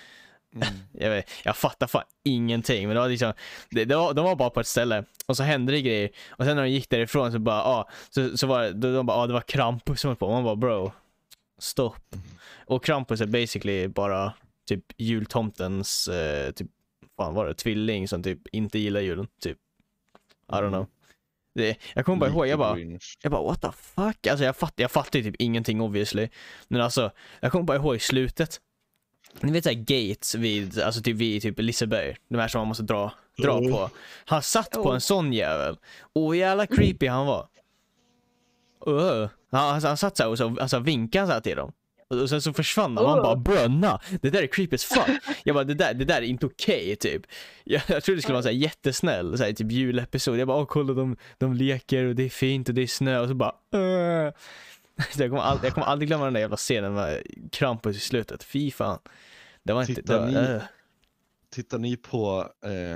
Jag fattar fan ingenting, men det var liksom de var bara på ett ställe och så hände det grejer och sen när de gick därifrån så bara så var det, de bara det var Krampus som var på. Man bara bro, stopp. Och Krampus är basically bara typ jultomtens typ fan var det tvilling som typ inte gillar julen typ. I don't know. Jag kommer bara ihåg, jag bara what the fuck? Alltså jag fattar typ ingenting obviously. Men alltså jag kommer bara ihåg i slutet. Ni vet såhär gates vid, alltså typ vid typ Liseberg, de här som man måste dra på. Han satt på en sån jävel. Och jävla creepy han var. Han satt så här och så alltså vinkade så här till dem. Och sen så försvann han. Man bara brönna. Det där är creepy as fuck. Jag bara det där är inte okej typ. Jag trodde det skulle vara så här jättesnäll så här, typ julepisod. Jag bara kolla de leker och det är fint och det är snö och så bara jag kommer aldrig glömma den där jävla scenen med Krampus i slutet. Fy fan. Det var inte Tittar ni på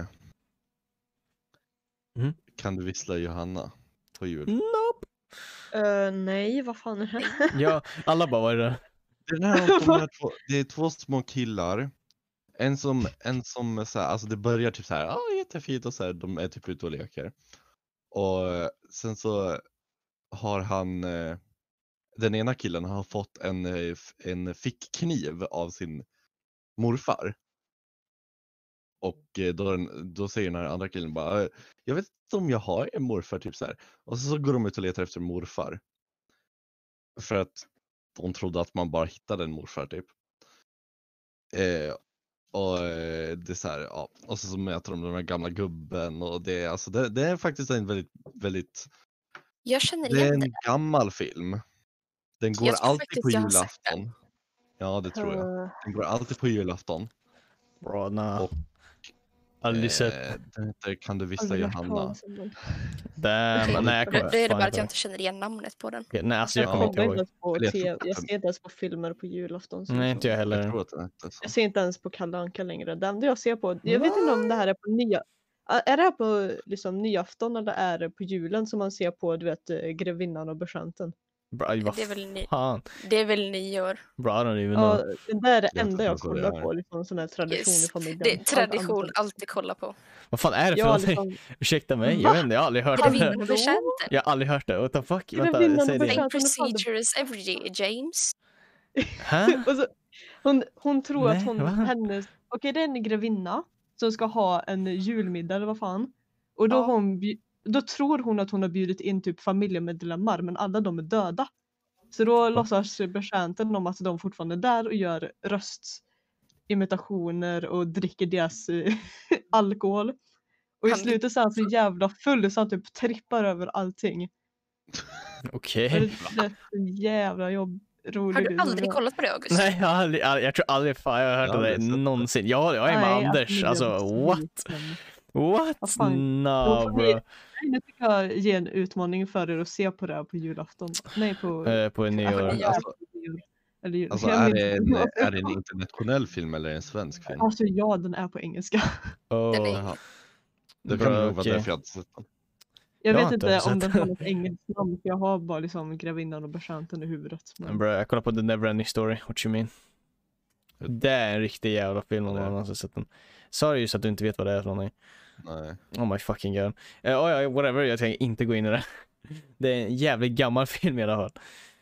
Kan du vissla Johanna på jul? Nope. Nej, vad fan är det? Ja, alla bara var det. Det är två små killar. En som så här, alltså det börjar typ så här, jättefint och så här, de är typ ute och leker. Och sen så har han den ena killen har fått en fickkniv av sin morfar. Och då säger den här andra killen bara, jag vet inte om jag har en morfar typ så här. Och så går de ut och letar efter morfar. För att de trodde att man bara hittade en morfar typ. Och det är så här, ja. Och så möter de den här gamla gubben. Och det är faktiskt en väldigt, väldigt... Jag känner det är igen en gammal film. Den går alltid på julafton. Ja, det tror jag. Den går alltid på julafton. Bra, nah. Och Aldrig sett. Den heter Kan du vissa Aldrig hört Johanna? talas om den. Damn, nej, jag kommer Det är det fan bara att inte jag ihåg. inte känner igen namnet på den. Nej, alltså jag kommer inte kollar ihåg. ens på Eller jag TV. tror- Jag ser inte ens på filmer på julafton. Nej, inte jag Jag heller. tror att den hette så. Jag ser inte ens på Kalle Anka längre. Det enda jag ser på, jag vet inte om det här är på är det här på liksom nyafton eller är det på julen som man ser på, du vet, Grevinnan och Betjänten? Bra, vad Det är väl fan. Det är väl nyår. Bra, I don't even Ja, know. det där är det Jag enda vet jag inte vad det kollar är. på, liksom sån här tradition Yes. i familjen. Det är Allt tradition, annat- alltid kolla på. Vad fan är det för Ja, någonting? liksom, Ursäkta mig, jag vet inte, jag har aldrig hört Grevinnan det. och Betjänten. Jag har aldrig hört det. What the fuck? Vänta, Grevinnan säg och det. Betjänten. igen. Same procedure as every year, James. Hä? och så, hon tror Nej, att va? hennes, okej det är en grevinna som ska ha en julmiddag eller vad fan. Och då, Ja. då tror hon att hon har bjudit in typ familjemedlemmar men alla de är döda. Så då låtsas betjänten om att de fortfarande är där och gör röstimitationer och dricker deras alkohol. Och i Han- slutet så är han så jävla full så han typ trippar över allting. Okej. Och det är så jävla roligt. Har du aldrig kollat på det, August? Nej, jag tror aldrig fan jag har hört Jag har det aldrig sett det. någonsin. Jag är med Anders, alltså what? What? Vad fan? No, bro. Nu tycker jag ge en utmaning för er att se på det här på julafton. Nej, på På nyår. Alltså, eller jul. alltså Jag är minns- det en internationell film eller en svensk film? Alltså ja, den är på engelska. Oh. Den är- Jaha. Det Bra, kan nog vara okej. därför jag inte sett den. Jag Jag har vet inte inte sett om den den. har något engelskt namn, för jag har bara liksom Grevinnan och Betjänten i huvudet. Men... Bro, jag kollar på The Neverending Story, what you mean? Det är en riktig jävla film om Ja, det är. man har sett den. Sorry just att du inte vet vad det är för någonting. Nej. Oh my fucking god. Ja, whatever, jag tänker inte gå in i det. Det är en jävligt gammal film i alla fall.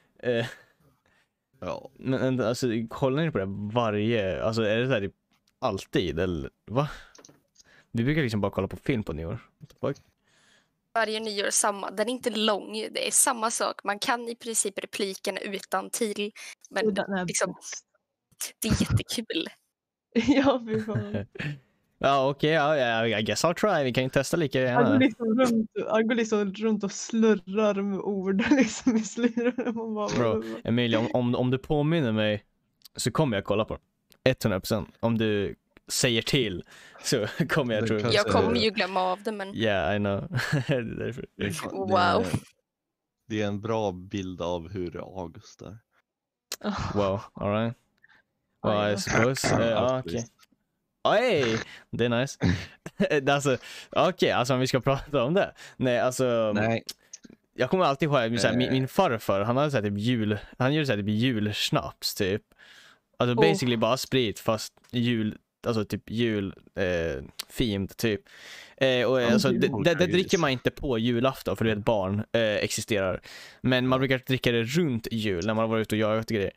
Ja. Men alltså, kollar ni på det varje... Alltså är det så här typ alltid, eller va? Vi brukar liksom bara kolla på film på nyår. What the fuck? Varje nyår är samma. Den är inte lång. Det är samma sak. Man kan i princip repliken utan till. Men Och den är liksom, bäst. det är jättekul. Ja, fy fan. Ja, okej, ja, I guess I'll try. Vi kan ju testa lika Han går gärna. liksom runt och slurrar med ord liksom i slutet. Man bara, Bro, Emilia, om du påminner mig så kommer jag kolla på det. 100%. Om du säger till så kommer jag Det tro. kanske- Jag kommer ju glömma av det, men Yeah, I know. Det är därför. Wow. Det är en bra bild av hur August är. Wow, alright. Well, Ja, I ja. suppose. Ja, okej. Oj, det är nice. Alltså, okej, alltså om vi ska prata om det. Nej, alltså. Nej. Jag kommer alltid ihåg såhär, min farfar, han hade såhär typ han gjorde såhär typ julsnaps typ. Alltså basically bara sprit fast alltså typ themed typ. Och alltså det dricker man inte på julafton för du vet barn existerar. Men man brukar dricka det runt jul när man har varit ute och jagat och grejer.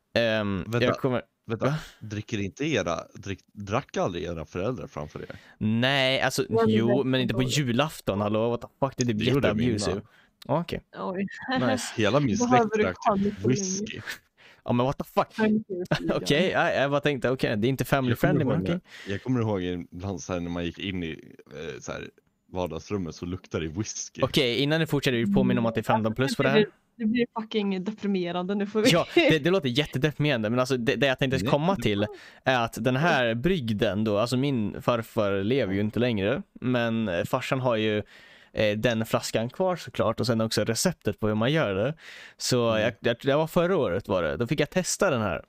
Vänta, dricker inte drack aldrig era föräldrar framför er? Nej, alltså jo, men inte på julafton. Hallå, what the fuck, det är typ Det gjorde jätteabusive. mina. Okej, Oj. nice. Hela min Behöver släkt du drack champagne typ för whisky. Ja, men what the fuck. Okej, jag bara tänkte, okej, det är inte family friendly, men okej. Jag kommer ihåg ibland så här, när man gick in i så här, vardagsrummet så luktade det whisky. Okej, innan du fortsätter du påminna om att det är 15 plus på det här. Det blir fucking deprimerande nu får vi. Ja, det låter jättedeprimerande, men alltså det jag tänkte komma till är att den här brygden då, alltså min farfar lever ju inte längre, men farsan har ju den flaskan kvar såklart och sen också receptet på hur man gör det. Så det var förra året var det, då fick jag testa den här.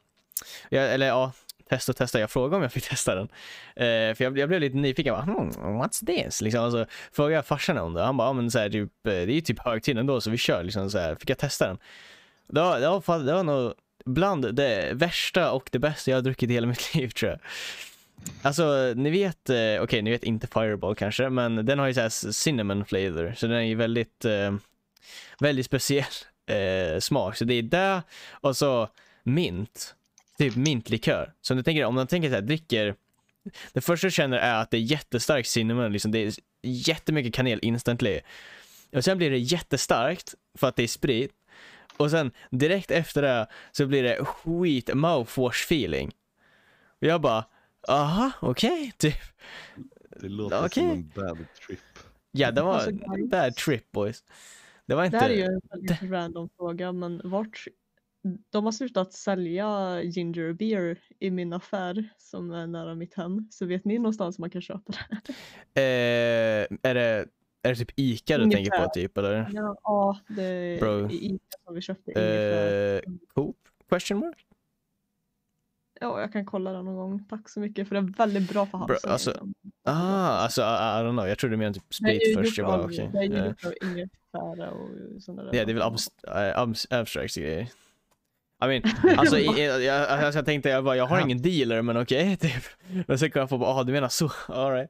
Testa. Jag frågade om jag fick testa den. För jag blev lite nyfiken. Jag bara, what's this? Liksom, alltså, frågade jag farsan om det. Han bara, men så här, typ, det är ju typ högtid ändå så vi kör. Liksom, så här. Fick jag testa den. Det var nog bland det värsta och det bästa jag har druckit i hela mitt liv tror jag. Alltså, ni vet, ni vet inte Fireball kanske, men den har ju så här cinnamon flavor. Så den är ju väldigt, väldigt speciell smak. Så det är där och så mint. Typ mintlikör. Så om man tänker så här, dricker. Det första du känner är att det är jättestark cinnamon. Liksom, det är jättemycket kanel instantly. Och sen blir det jättestarkt för att det är sprit. Och sen direkt efter det så blir det skit mouthwash feeling. Och jag bara, aha, okej, typ. Det låter som en bad trip. Ja, det var Alltså, bad trip boys. Det var inte. Det här är ju en väldigt random fråga, men de har slutat sälja ginger beer i min affär som är nära mitt hem. Så vet ni någonstans man kan köpa det? Är det typ Ica du Ungefär. tänker på typ eller? Ja, det är Bro. Ica som vi köpte ungefär. Coop? Question mark? Ja, jag kan kolla den någon gång. Tack så mycket för det är väldigt bra för halsen. Alltså, alltså I don't know. Jag trodde du menade typ sprit först. Jag bara okej. Det är ju gjort av ingefära och sådana där. Ja, det är väl abstracts grejer. I mean, alltså jag tänkte jag har ingen dealer men okej, typ. Men sen kan jag få du menar så. All right.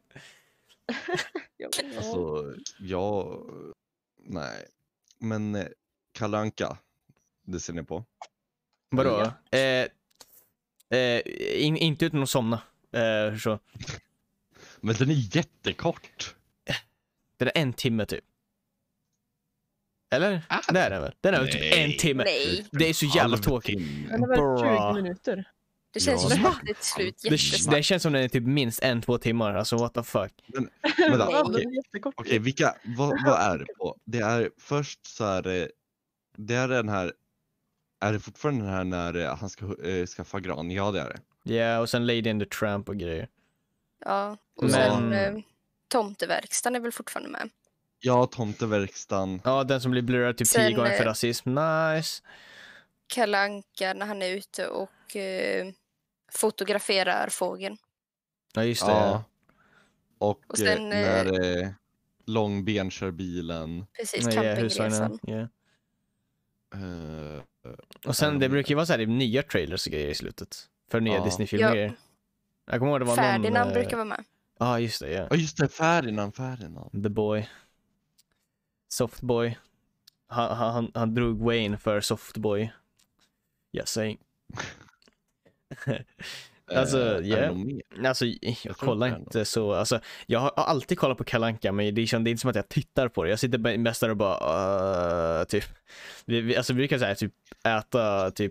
Alltså, nej. Men Kalle Anka, det ser ni på? Vadå? Inte utan att somna. Så. Men den är jättekort. Det är 1 timme typ. Eller? Det är den väl? Den är väl typ 1 timme. Nej. Det är så jävla tråkigt. Den är väl 20 minuter. Det känns som att det är ett slut jättesnabbt. Det känns som den är typ minst 1-2 timmar. Alltså what the fuck. Men Okej. vad är det på? Det är först så är det är den här. Är det fortfarande den här när han ska skaffa gran? Ja, det är det. Ja, yeah, och sen Lady in the Tramp och grejer. Ja, och sen tomteverkstan är väl fortfarande med. Ja, tomteverkstan. Ja, den som blir blurrad typ 10 gånger för rasism. Nice. Kalle Anka när han är ute och fotograferar fågeln. Ja, just det. Ja. Och sen, när Långben kör bilen. Precis, campingresan. Yeah. Och sen det brukar ju vara så här nya trailers och grejer i slutet. För nya Disney-filmer. Ja. Jag kommer ihåg det var Ferdinand brukar vara med. Ja, just det. Yeah. Ja, just det. Ferdinand. The Boy. Softboy. Han drog Wayne för Softboy. Yes, saying. Alltså, alltså jag kollar inte så. Alltså, jag har alltid kollat på Kalle Anka, men det är inte som att jag tittar på det. Jag sitter mest där och bara typ. Vi brukar säga typ äta typ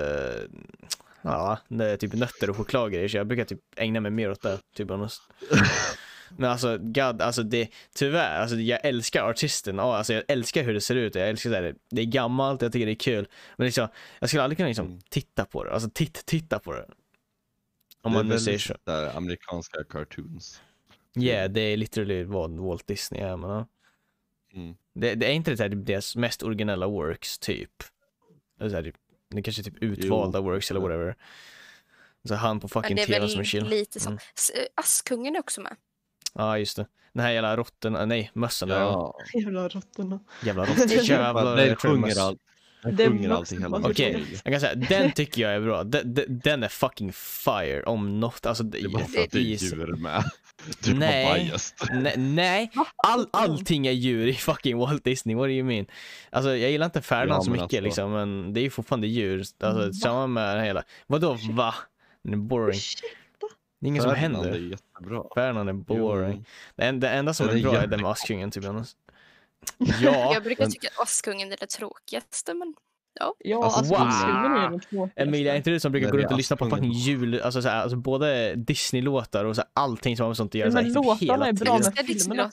typ nötter och chokladgrejer, så jag brukar typ ägna mig mer åt det typ annars. Men alltså det tyvärr, alltså jag älskar artisten, alltså jag älskar hur det ser ut, jag älskar det är gammalt, jag tycker det är kul, men liksom, jag skulle aldrig kunna liksom titta på det, alltså titta på det. Om man nu säger så. Amerikanska cartoons. Yeah, det är literally vad Walt Disney är, men det är inte det deras mest originella works typ. Det är kanske typ utvalda works eller whatever. Så han på fucking TV som är chill. Lite så. Askungen är också med. Ja, just det. Den här jävla råttorna, nej, mössan. Ja. Jävla råttorna. Den sjunger allt. Okej, jag kan säga, den tycker jag är bra. Den är fucking fire om något. Alltså, det är bara för att det är djur med. Du nej. Allting är djur i fucking Walt Disney. What do you mean? Alltså, jag gillar inte Ferdinand så mycket alltså. Liksom, men det är ju fortfarande djur. Alltså, samma med den hela. Vadå, va? Den är boring. Det är ingen som händer. Är jättebra. Ferdinand är boring. Det enda som är bra är den med Askungen typ annars. Ja, jag brukar tycka att Askungen är det tråkigaste, men ja, alltså, Askungen är det tråkigaste. Emilia, är inte du som brukar gå runt och lyssna på fucking jul, alltså både Disney-låtar och så allting som har med sånt att göra. Men låtarna är bra, med filmerna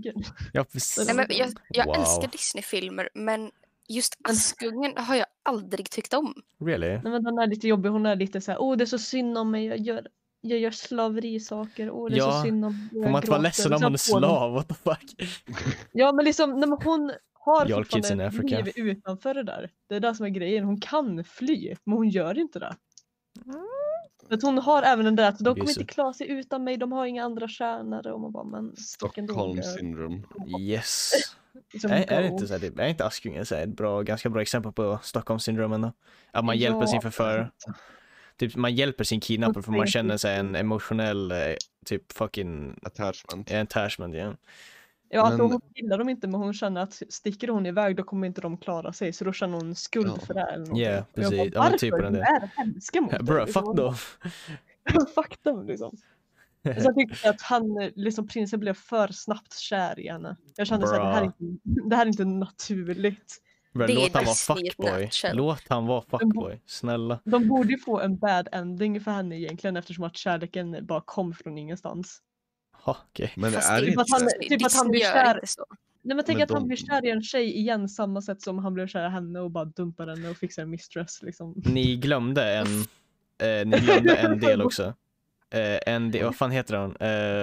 jag älskar Disney-filmer, men just Askungen har jag aldrig tyckt om. Really? Nej, men den är lite jobbig, hon är lite så här, det är så synd om mig, jag gör slaverisaker. Det är så synd om får man inte vara ledsen om man är slav? What the fuck? Ja, men liksom, hon har fortfarande liv utanför det där. Det är det som är grejen. Hon kan fly, men hon gör inte det. Att hon har även den där att de kommer inte klara sig utan mig, de har inga andra stjärnor. Och man bara, men Stockholm syndrom. Yes. Är inte Askungen ett ganska bra exempel på Stockholm syndrom då? Att man hjälper sin förförare. Typ man hjälper sin kidnappare för man känner sig en emotionell typ fucking attachment, yeah. Ja, alltså hon gillar dem inte, men hon känner att sticker hon iväg då kommer inte de klara sig, så då känner hon skuld för det eller yeah, precis. Bara, varför? Typ den är hemska mot bro, fuck dem. Fuck dem liksom. Så jag tyckte att han, liksom prinsen blev för snabbt kär i henne. Jag kände så att det här är inte naturligt. Bro, låt han vara fuckboy. Låt han vara fuckboy, snälla. De borde ju få en bad ending för henne egentligen, eftersom att kärleken bara kom från ingenstans. Okej. Men fast är det typ att han blir kär. Nej men tänk Men att han de- blir kär i en tjej igen samma sätt som han blev kär i henne och bara dumpar henne och fixar en mistress liksom. Ni glömde en del också. Vad fan heter hon?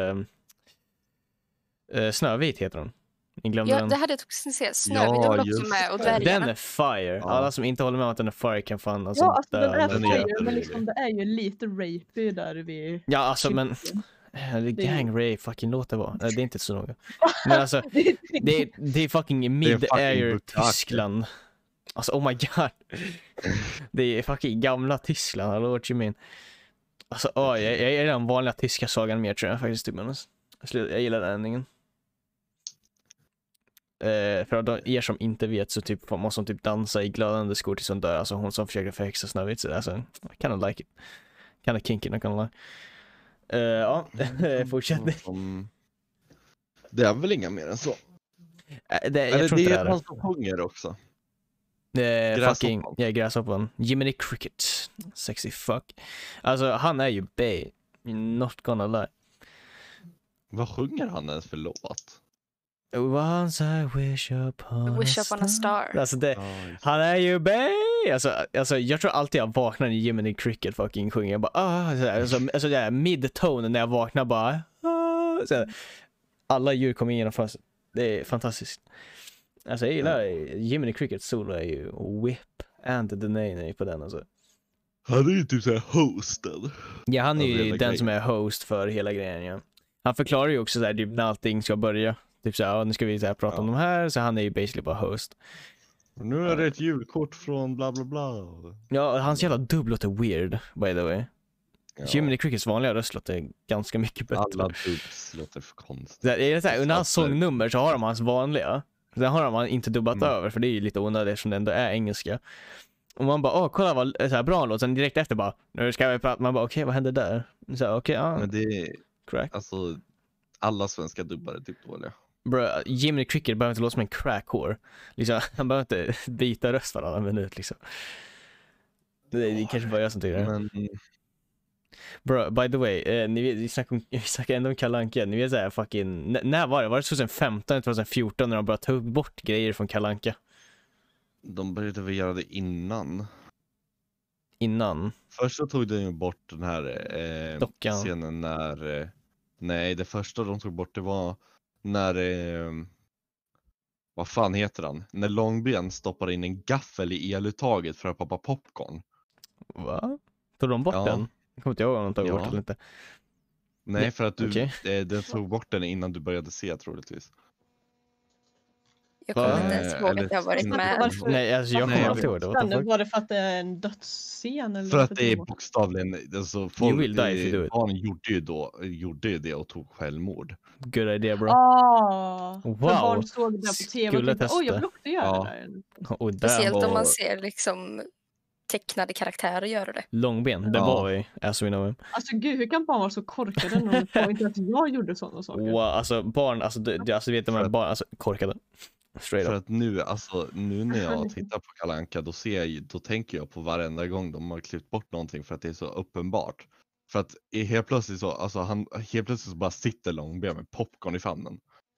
Snövit heter hon. Ni glömde Ja, den. det hade jag också säga. Snövit Ja, var också just med och det. dvärgarna. Den är fire. Ja. Alla som inte håller med om att den är fire kan fan alltså, Ja, alltså den är den är fire, jätterolig. men liksom, det är ju lite rapey där vi... Ja, alltså men gang rape, fucking låt det vara. Nej, det är inte så noga. Men alltså, det är fucking mid-air Bukake. Tyskland. Alltså, oh my god. Det är fucking gamla Tyskland, hallå what you mean. Alltså, jag är den vanliga tyska sagan mer tror jag faktiskt. Jag gillar den endingen. För er som inte vet så typ måste hon typ dansa i glödande skor tills hon dör. Alltså hon som försöker förhäxa Snövit. Så alltså, I kind of like it. Kind of kinky, not gonna lie. Ja, fortsättning. Det är väl inga mer än så. Jag Eller tror det inte är det han som sjunger också. fucking, gräshoppan. Jiminy Cricket. Sexy fuck. Alltså han är ju bae. Not gonna lie. Vad sjunger han ens för låt? Once I wish upon A star. Alltså det, Ja, just han är ju bae. Alltså jag tror alltid jag vaknar när Jiminy Cricket fucking sjunger. Jag bara alltså det är mid-tone när jag vaknar bara så alla djur kommer igenom fönstret. Det är fantastiskt. Alltså jag gillar Jiminy Cricket solo är ju whip and the name på den alltså. Han är ju typ såhär hosted. Ja, han är ju hela den grejen. som är host för hela grejen, ja. Han förklarar ju också såhär typ när allting ska börja. Typ såhär, nu ska vi så här prata om de här, så han är ju basically bara host. Och nu är det ett julkort från bla bla bla. Ja, hans jävla dubb låter weird, by the way. Ja. Jiminy Crickets vanliga röst låter ganska mycket bättre. Alla dubs låter för konstigt. Under hans sångnummer så har de hans vanliga. Sen har de inte dubbat över, för det är ju lite onödigt eftersom det ändå är engelska. Och man bara, kolla vad så här bra låt. Sen direkt efter bara, nu ska vi prata. Man bara, okej, vad hände där? Så okej, ja. Men det är, Crack. alltså, alla svenska dubbar är typ dåliga. Bro, Jiminy Cricket behöver inte låta som en crackhår. Liksom, han behöver inte byta röst varannan minut liksom. Det kanske bara jag som tycker det. Men Bro, by the way, vi snackar ändå om Kalle Anka. Ni vet såhär fucking, när var det? Var det 2015 eller 2014 när de började ta bort grejer från Kalle Anka? de började väl göra det innan. Innan? Först så tog de ju bort den här Dockan. scenen när... nej, det första de tog bort det var när... vad fan heter han? När Långben stoppar in en gaffel i eluttaget för att poppa popcorn. Va? Tog de bort Ja. den? Jag kommer inte ihåg om de tog Ja. bort eller inte. Nej, för att du Okej. den tog bort den innan du började se troligtvis. Jag kommer Va? inte ens ihåg att jag har varit Eller- med. Varför? Nej, alltså jag Nej, kommer jag alltid ihåg det. What the fuck? Var det för att det är en dödsscen? Eller För att varför det är tog de bort? bokstavligen, alltså You will die if you do it. barn gjorde ju det och tog självmord. Good idea bro. För Wow. barn såg det på tv och Skulle tänkte, testa. jag vill också göra Ja. det där. Och Speciellt där om man Och- ser liksom tecknade karaktärer göra det. Långben, det Ja. var vi, as we know him. Alltså gud, hur kan barn vara så korkade när de tror inte att jag gjorde sådana saker? Wow, alltså barn, alltså vet de här barn, alltså korkade. Straight För up. att nu när jag tittar på Kalle Anka då tänker jag på varenda gång de har klippt bort någonting för att det är så uppenbart. För att helt plötsligt så bara sitter Långben med popcorn i famnen.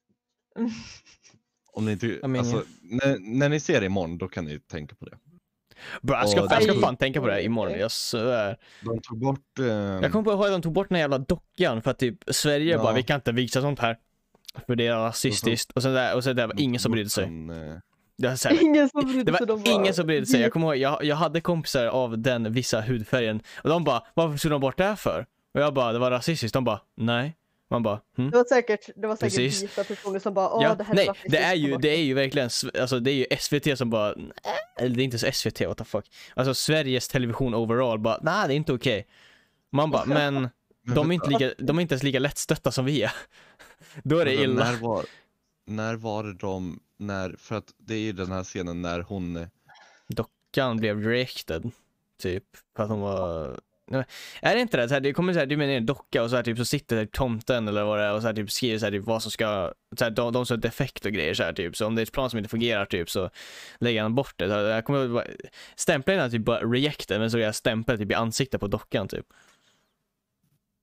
Om ni inte, mean, alltså, när ni ser det imorgon då kan ni tänka på det. Bro, jag Och ska det- fan tänka på det här imorgon, jag svär. De tog bort... Jag kommer ihåg att de tog bort den här jävla dockan för att typ Sverige Ja. bara, vi kan inte visa sånt här. För det är rasistiskt. Och sen där var ingen som brydde sig. Det var, så här, Ingen som brydde det sig. var ingen som brydde sig. Jag kommer ihåg, jag hade kompisar av den vissa hudfärgen. Och de bara, varför tog de bort det här för? Och jag bara, det var rasistiskt. De bara, nej. Man bara, Det var säkert Precis. vissa personer som bara, ja, det här nej, rasistiskt, det är ju verkligen, alltså det är ju SVT som bara, eller det är inte så SVT, what the fuck. Alltså Sveriges Television overall bara, nej det är inte okej. Man bara, men de är inte ens lika lättstötta som vi är. Då är det illa. När var det för att det är ju den här scenen när hon... Dockan blev reacted, typ, för att hon var... Nej, är det inte det? Så här, det kommer så här, du menar en docka och så här, typ så sitter där tomten eller vad det är och så här, typ skriver så här, typ, vad som ska så här, de som har defekt och grejer så här, typ, så om det är ett plan som inte fungerar typ så lägger han bort det. Så här, jag kommer ihåg, stämpeln är typ bara rejected, men så är jag stämpel typ i ansiktet på dockan typ.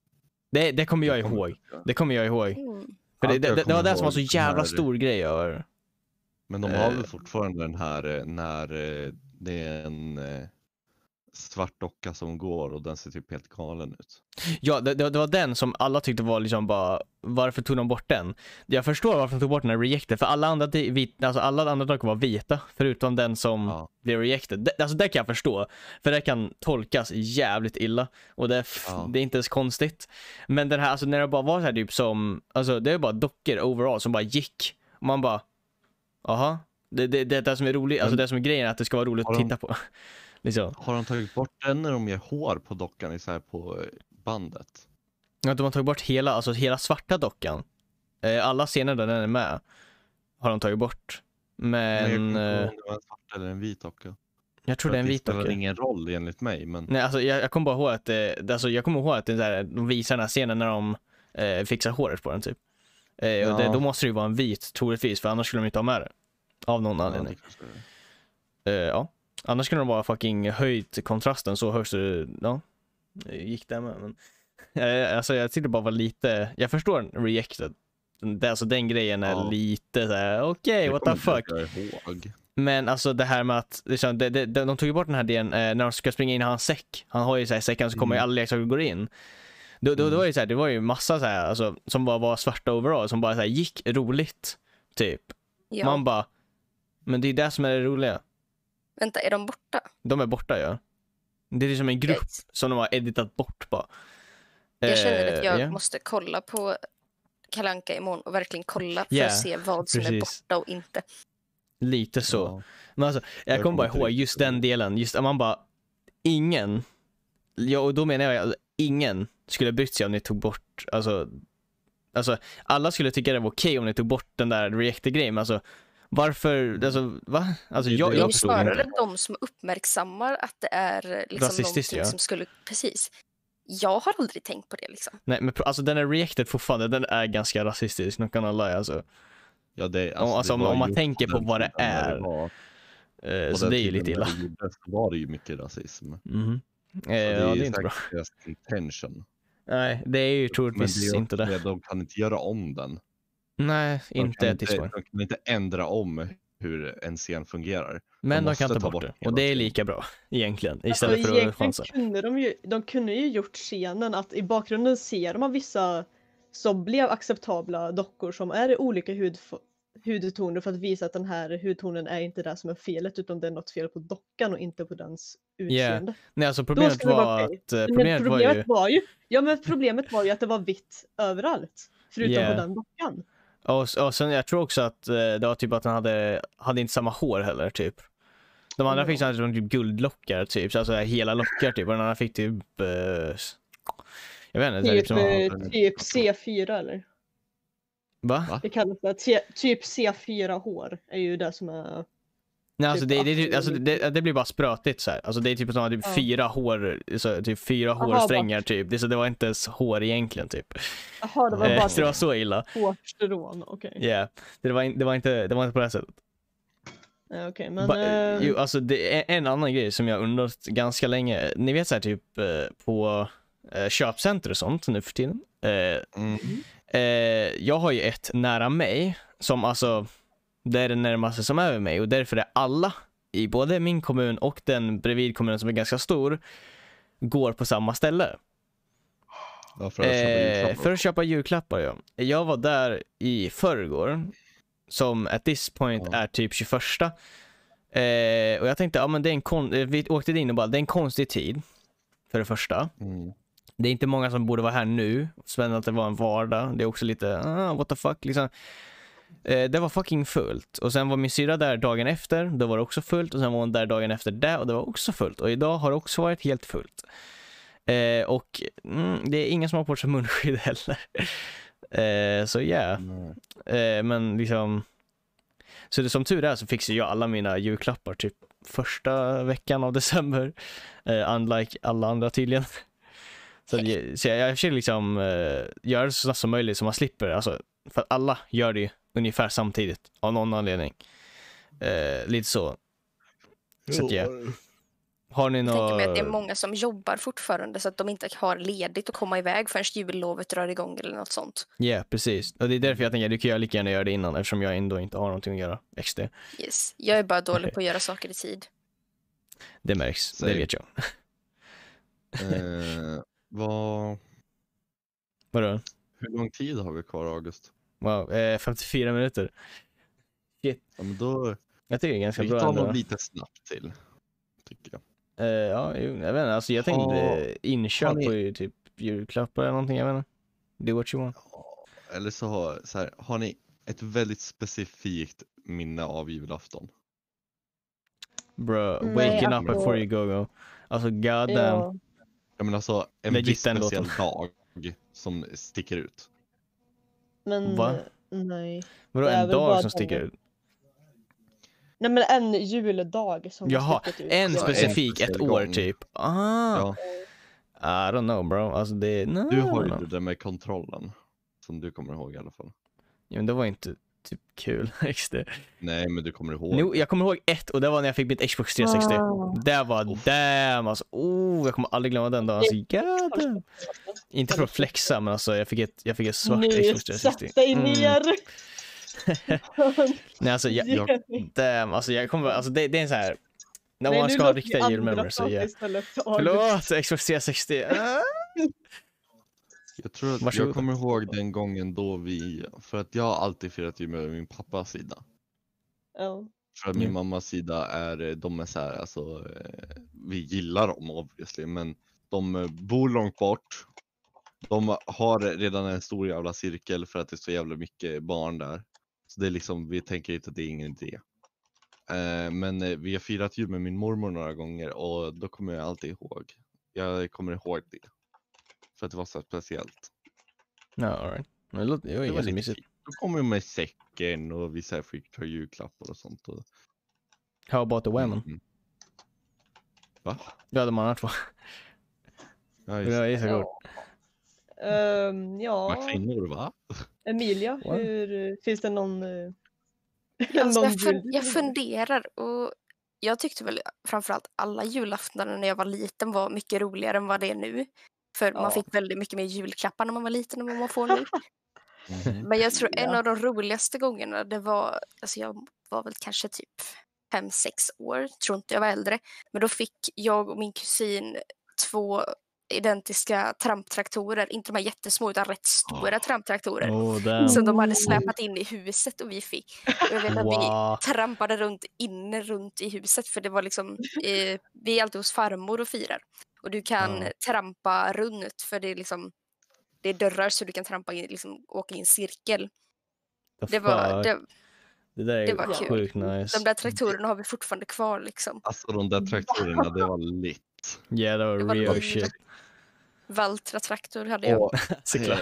Det kommer jag ihåg. Det kommer jag ihåg. Mm. För Allt jag det var kommer det som var ihåg så den jävla här- stor grej över. Men de har väl fortfarande den här när det är en svart docka som går och den ser typ helt galen ut. Ja, det var den som alla tyckte var liksom bara, varför tog de bort den? Jag förstår varför de tog bort den här rejected, för alla andra dockor var vita, förutom den som blev rejected. Alltså det kan jag förstå, för det kan tolkas jävligt illa, och det är inte ens konstigt. Men den här, alltså när det bara var så här typ som, alltså det är bara dockor overall som bara gick, och man bara, aha, det som är roligt, alltså det som är grejen är att det ska vara roligt att titta på. Liksom. Har de tagit bort den när de ger hår på dockan så här på bandet? Ja, de har tagit bort hela svarta dockan. Alla scener där den är med har de tagit bort. Men jag kommer inte ihåg om det var en svart eller en vit docka. Jag tror det är en vit docka. Det spelar ingen roll enligt mig, men nej, alltså jag kommer bara ihåg att det är där de visar den här scenen när de fixar håret på den typ. Och då måste det ju vara en vit troligtvis, för annars skulle de inte ha med det av någon anledning. Ja. Annars skulle de bara fucking höjt kontrasten så högst gick det med. Men, alltså jag tyckte bara var lite, jag förstår rejected. Alltså den grejen är lite såhär, okej, what the fuck. Men alltså det här med att de tog ju bort den här delen när de ska springa in i hans säck. Han har ju såhär säcken så kommer ju alla leksaker går in. Då var det så här, det var ju massa så här, alltså, som bara var svarta overall som bara så här, gick roligt typ. Ja. Man bara, men det är det som är det roliga. Vänta, är de borta? De är borta, ja. Det är liksom en grupp som de har editat bort bara. Jag känner att jag måste kolla på Kalle Anka imorgon och verkligen kolla för att se vad som är borta och inte. Lite så. Ja. Men alltså, jag kommer bara ihåg just den delen. Just man bara, ingen, och då menar jag ingen skulle brytt sig om ni tog bort, alltså alla skulle tycka det var okej om ni tog bort den där reactor-grejen, alltså varför, alltså va? Alltså jag är snarare de som uppmärksammar att det är liksom någonting som skulle, precis. Jag har aldrig tänkt på det liksom. Nej, men alltså den är reacted fortfarande, den är ganska rasistisk, nu kan alla alltså. Ja, det alltså om man tänker på vad det är. Så det är ju lite illa. Det var det ju mycket rasism. Det är inte bra. Intention. Nej, det är ju troligtvis inte det. De kan inte göra om den. Nej, inte de kan inte ändra om hur en scen fungerar. Men de kan ta bort det. Och det är lika bra egentligen. Istället för att chansa. De kunde ju gjort scenen att i bakgrunden ser man vissa som blev acceptabla dockor som är olika hudtoner för att visa att den här hudtonen är inte det som är felet, utan det är något fel på dockan och inte på dens utseende. Nej, alltså problemet var att problemet var ju att det var vitt överallt förutom på den dockan. Och sen jag tror också att det var typ att han hade inte samma hår heller typ. De andra fick sådana typ guldlockar typ, alltså hela lockar typ, och den andra fick typ jag vet inte, typ C4 eller? Va? Det kallas det typ C4 hår är ju det som är. Nej, alltså det blir bara sprötigt så här. Alltså det är typ som typ 4 hår, så typ 4 hårsträngar typ. Det var inte ens hår egentligen typ. Jaha, det var bara så det var så illa. Hårstrån, okej. Ja, det var inte på det sättet. Okej, men jo, alltså det är en annan grej som jag undrat ganska länge. Ni vet så här typ på köpcenter och sånt nu för tiden. Jag har ju ett nära mig som alltså det är det närmaste som är över mig, och därför är alla i både min kommun och den bredvid kommunen som är ganska stor går på samma ställe. Ja, för att köpa julklappar, ja. Jag var där i förrgår som at this point är typ 21. Och jag tänkte, men det är vi åkte in och bara, det är en konstig tid för det första. Det är inte många som borde vara här nu. Spännande att det var en vardag. Det är också lite, what the fuck liksom. Det var fucking fullt. Och sen var min syra där dagen efter. Då var det också fullt. Och sen var hon där dagen efter det. Och det var också fullt. Och idag har det också varit helt fullt. Och det är ingen som har på sig munskydd heller. Så ja. Men liksom. Så det som tur är så fixade jag alla mina julklappar typ första veckan av december. Unlike alla andra tydligen. Så jag försöker liksom göra det så snabbt som möjligt så man slipper. Alltså, för att alla gör det ungefär samtidigt av någon anledning. Lite så. Så att, Har ni Jag tänker mig att det är något... många som jobbar fortfarande så att de inte har ledigt att komma iväg förrän jullovet drar igång eller något sånt. Ja, precis. Och det är därför jag tänker att du kan ju lika gärna göra det innan eftersom jag ändå inte har någonting att göra. XD. Yes. Jag är bara dålig på att göra saker i tid. Det märks, det vet jag. Vadå? Hur lång tid har vi kvar, August? Wow, 54 minuter. Shit. Ja, men då... Jag tycker det är ganska Vi bra tar ändå. nog lite snabbt till, tycker jag. Ja, jag vet inte. Alltså jag tänkte inköp på ju typ julklappar eller någonting, jag vet inte. Do what you want. Eller så har ni ett väldigt specifikt minne av julafton? Bro, Nej, waking up alltså- before you go. Alltså god damn. Ja. Jag menar alltså en Legit viss den speciell låten. dag som sticker ut. Men Va? nej. Vadå, Det är en väl bara dag som den- sticker ut? Nej men en juldag som har Jaha, stickit ut. en Ja, specifik, en ett speciell år gång. typ. Ah, Ja, I don't know bro. Alltså det... No, du har ju no. det där med kontrollen. Som du kommer ihåg i alla fall. Ja, men det var inte typ kul. XD. Nej, men du kommer ihåg. No, jag kommer ihåg ett och det var när jag fick mitt Xbox 360. Det var Uff. damn alltså. Jag kommer aldrig glömma den dagen. Alltså, god damn. Inte för att flexa men alltså jag fick ett svart Nu, Xbox 360. sätt dig ner! Nej alltså damn, alltså jag kommer alltså det är en så här när man ska ha riktiga julmemories så ja. Förlåt, Xbox 360. Jag tror att Varsågod. jag kommer ihåg den gången då för att jag har alltid firat jul med min pappas sida. Ja. För att min mammas sida de är så här, alltså, vi gillar dem obviously, men de bor långt bort. De har redan en stor jävla cirkel för att det är så jävla mycket barn där. Så det är liksom, vi tänker inte att det är ingen idé. Men vi har firat jul med min mormor några gånger och då kommer jag alltid ihåg. Jag kommer ihåg det. För att det var så speciellt. No, all right. Men det var Det var ganska lite mysigt. fint. Då kom vi med säcken och vi så här fick ta julklappar och sånt. Och... How about the women? Mm. Va? Ja, de andra två. Ja, Det var just. så Ja. gott. Ja, Kvinnor, va? Emilia, What? finns det någon... Alltså, någon jag funderar och jag tyckte väl framförallt alla julaftnar när jag var liten var mycket roligare än vad det är nu. För man Ja. fick väldigt mycket mer julklappar när man var liten än vad man får nu. Mhm. Men jag tror en Ja. av de roligaste gångerna det var, alltså jag var väl kanske typ 5-6 år, tror inte jag var äldre. Men då fick jag och min kusin 2 identiska tramptraktorer, inte de här jättesmå utan rätt stora tramptraktorer. Oh, damn. Som de hade släpat in i huset och vi fick. Och jag vet att vi Wow. trampade runt i huset för det var liksom, vi är alltid hos farmor och firar. Och du kan Ja. trampa runt för det är liksom, det är dörrar så du kan trampa in, liksom, åka i en cirkel. The Det var, fuck? Det där det var är kul. sjukt nice. de där traktorerna har vi fortfarande kvar liksom. Alltså de där traktorerna, det var lit. Ja, det var Det var real liv. shit. Valtra-traktor hade jag. Och, Såklart.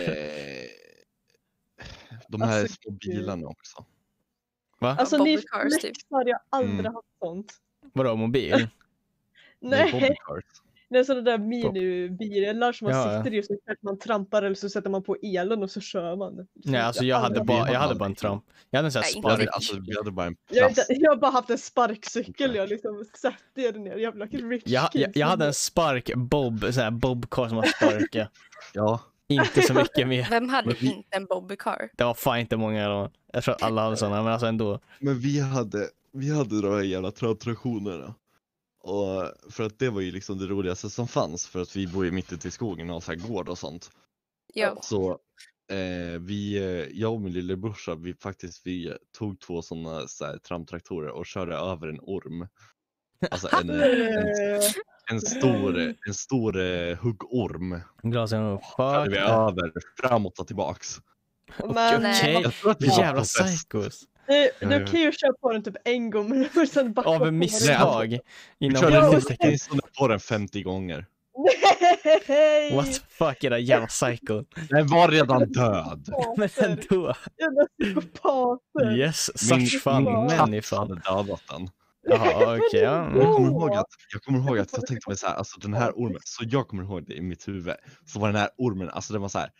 de här Alltså, små bilarna också. Va? Alltså Bobby ni cars, typ. flexar, jag har aldrig Mm. haft sånt. Vadå, mobil? Nej, Nej, Bobbycars. det är sådana där minibilar som man Ja. sitter i och så kanske man trampar eller så sätter man på elen och så kör man. Nej, alltså jag hade bara en tramp. Jag hade en sån här Nej, Vi hade, spark. alltså, vi hade bara en Jag, plast. jag har bara haft en sparkcykel, jag liksom satt det ner, jävla rich Jag hade en spark bob, sån här bobcar som var sparka. Ja, Inte så mycket mer. Vem hade Men vi- inte en bobbycar? Det var fan inte många eller. Jag tror att alla hade såna, men alltså ändå. men vi hade de här jävla traktorerna. Och för att det var ju liksom det roligaste som fanns, för att vi bor ju mitt ute i skogen och har så här gård och sånt. Ja. Så jag och min lillebrorsa, vi tog 2 sådana så här tramptraktorer och körde över en orm. Alltså en stor huggorm Glasögon. körde vi Fuck. över framåt och tillbaks. Men Okej. Jag tror att vi var Jävla på fest. psykos. det är okej att köra på den typ en gång men sen backa Av på en den. misstag. Vi Inom körde Ja, citationstecken. på den 50 gånger. Nej! What the fuck är det jävla psycho? Den var redan död. Men ändå. Jävla psykopater! Yes, such fun. Men katt i fan. hade dödat den. Jaha, okej. Ja. Jag kommer ihåg att jag tänkte mig så här, alltså den här ormen, så jag kommer ihåg det i mitt huvud. Så var den här ormen, alltså den var så här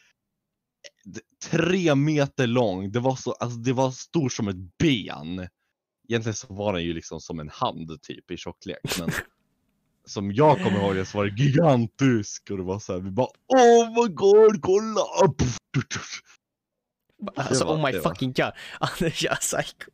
3 meter lång. Det var så, alltså det var stor som ett ben. Egentligen så var den ju liksom som en hand typ i tjocklek, men som jag kommer ihåg det så var det gigantisk och det var så här, vi bara oh my god, kolla! Alltså oh my fucking god. Anders, jag är psycho.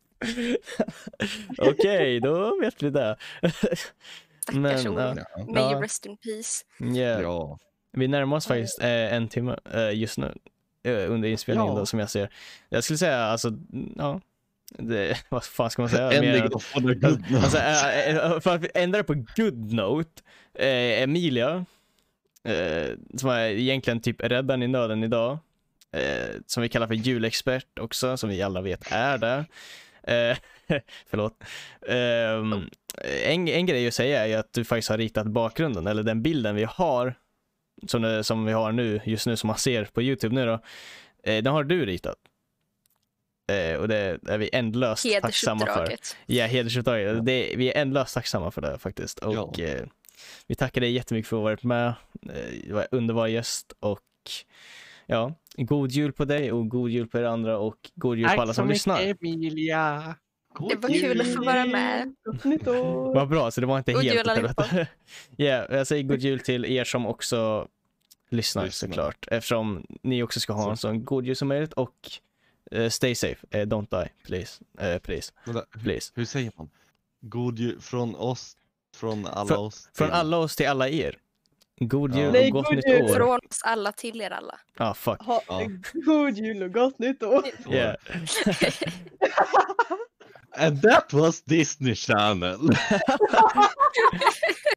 Okej, då vet vi det. Stackars ord. May you rest in peace. Yeah. Ja. Vi närmar oss faktiskt en timme just nu under inspelningen då, som jag ser. Jag skulle säga alltså, ja. Vad fan ska man säga? Alltså, för att ändra det på good note, Emilia, som är egentligen typ räddaren i nöden idag, som vi kallar för julexpert också, som vi alla vet är det. Förlåt. En grej att säga är att du faktiskt har ritat bakgrunden, eller den bilden vi har, som vi har nu, just nu, som man ser på YouTube nu då, den har du ritat. Och det är vi ändlöst tacksamma för. Ja, hedersuppdraget. Vi är ändlöst tacksamma för det faktiskt. Och vi tackar dig jättemycket för att ha varit med. Du var en underbar gäst. Och ja, god jul på dig och god jul på er andra och god jul på alla som lyssnar. Tack så mycket, Emilia. Det var kul att få vara med. Vad bra, så det var inte God helt jul allihopa. Ja, jag säger god jul till er som också lyssnar såklart. Eftersom ni också ska ha en sån god jul som möjligt. Och stay safe, don't die, please. Please. Hur säger man? God jul från oss, från alla oss. Från alla oss till alla er. God jul och gott nytt år. Från oss alla till er alla. Fuck. God jul och gott nytt år. Yeah. And that was Disney Channel.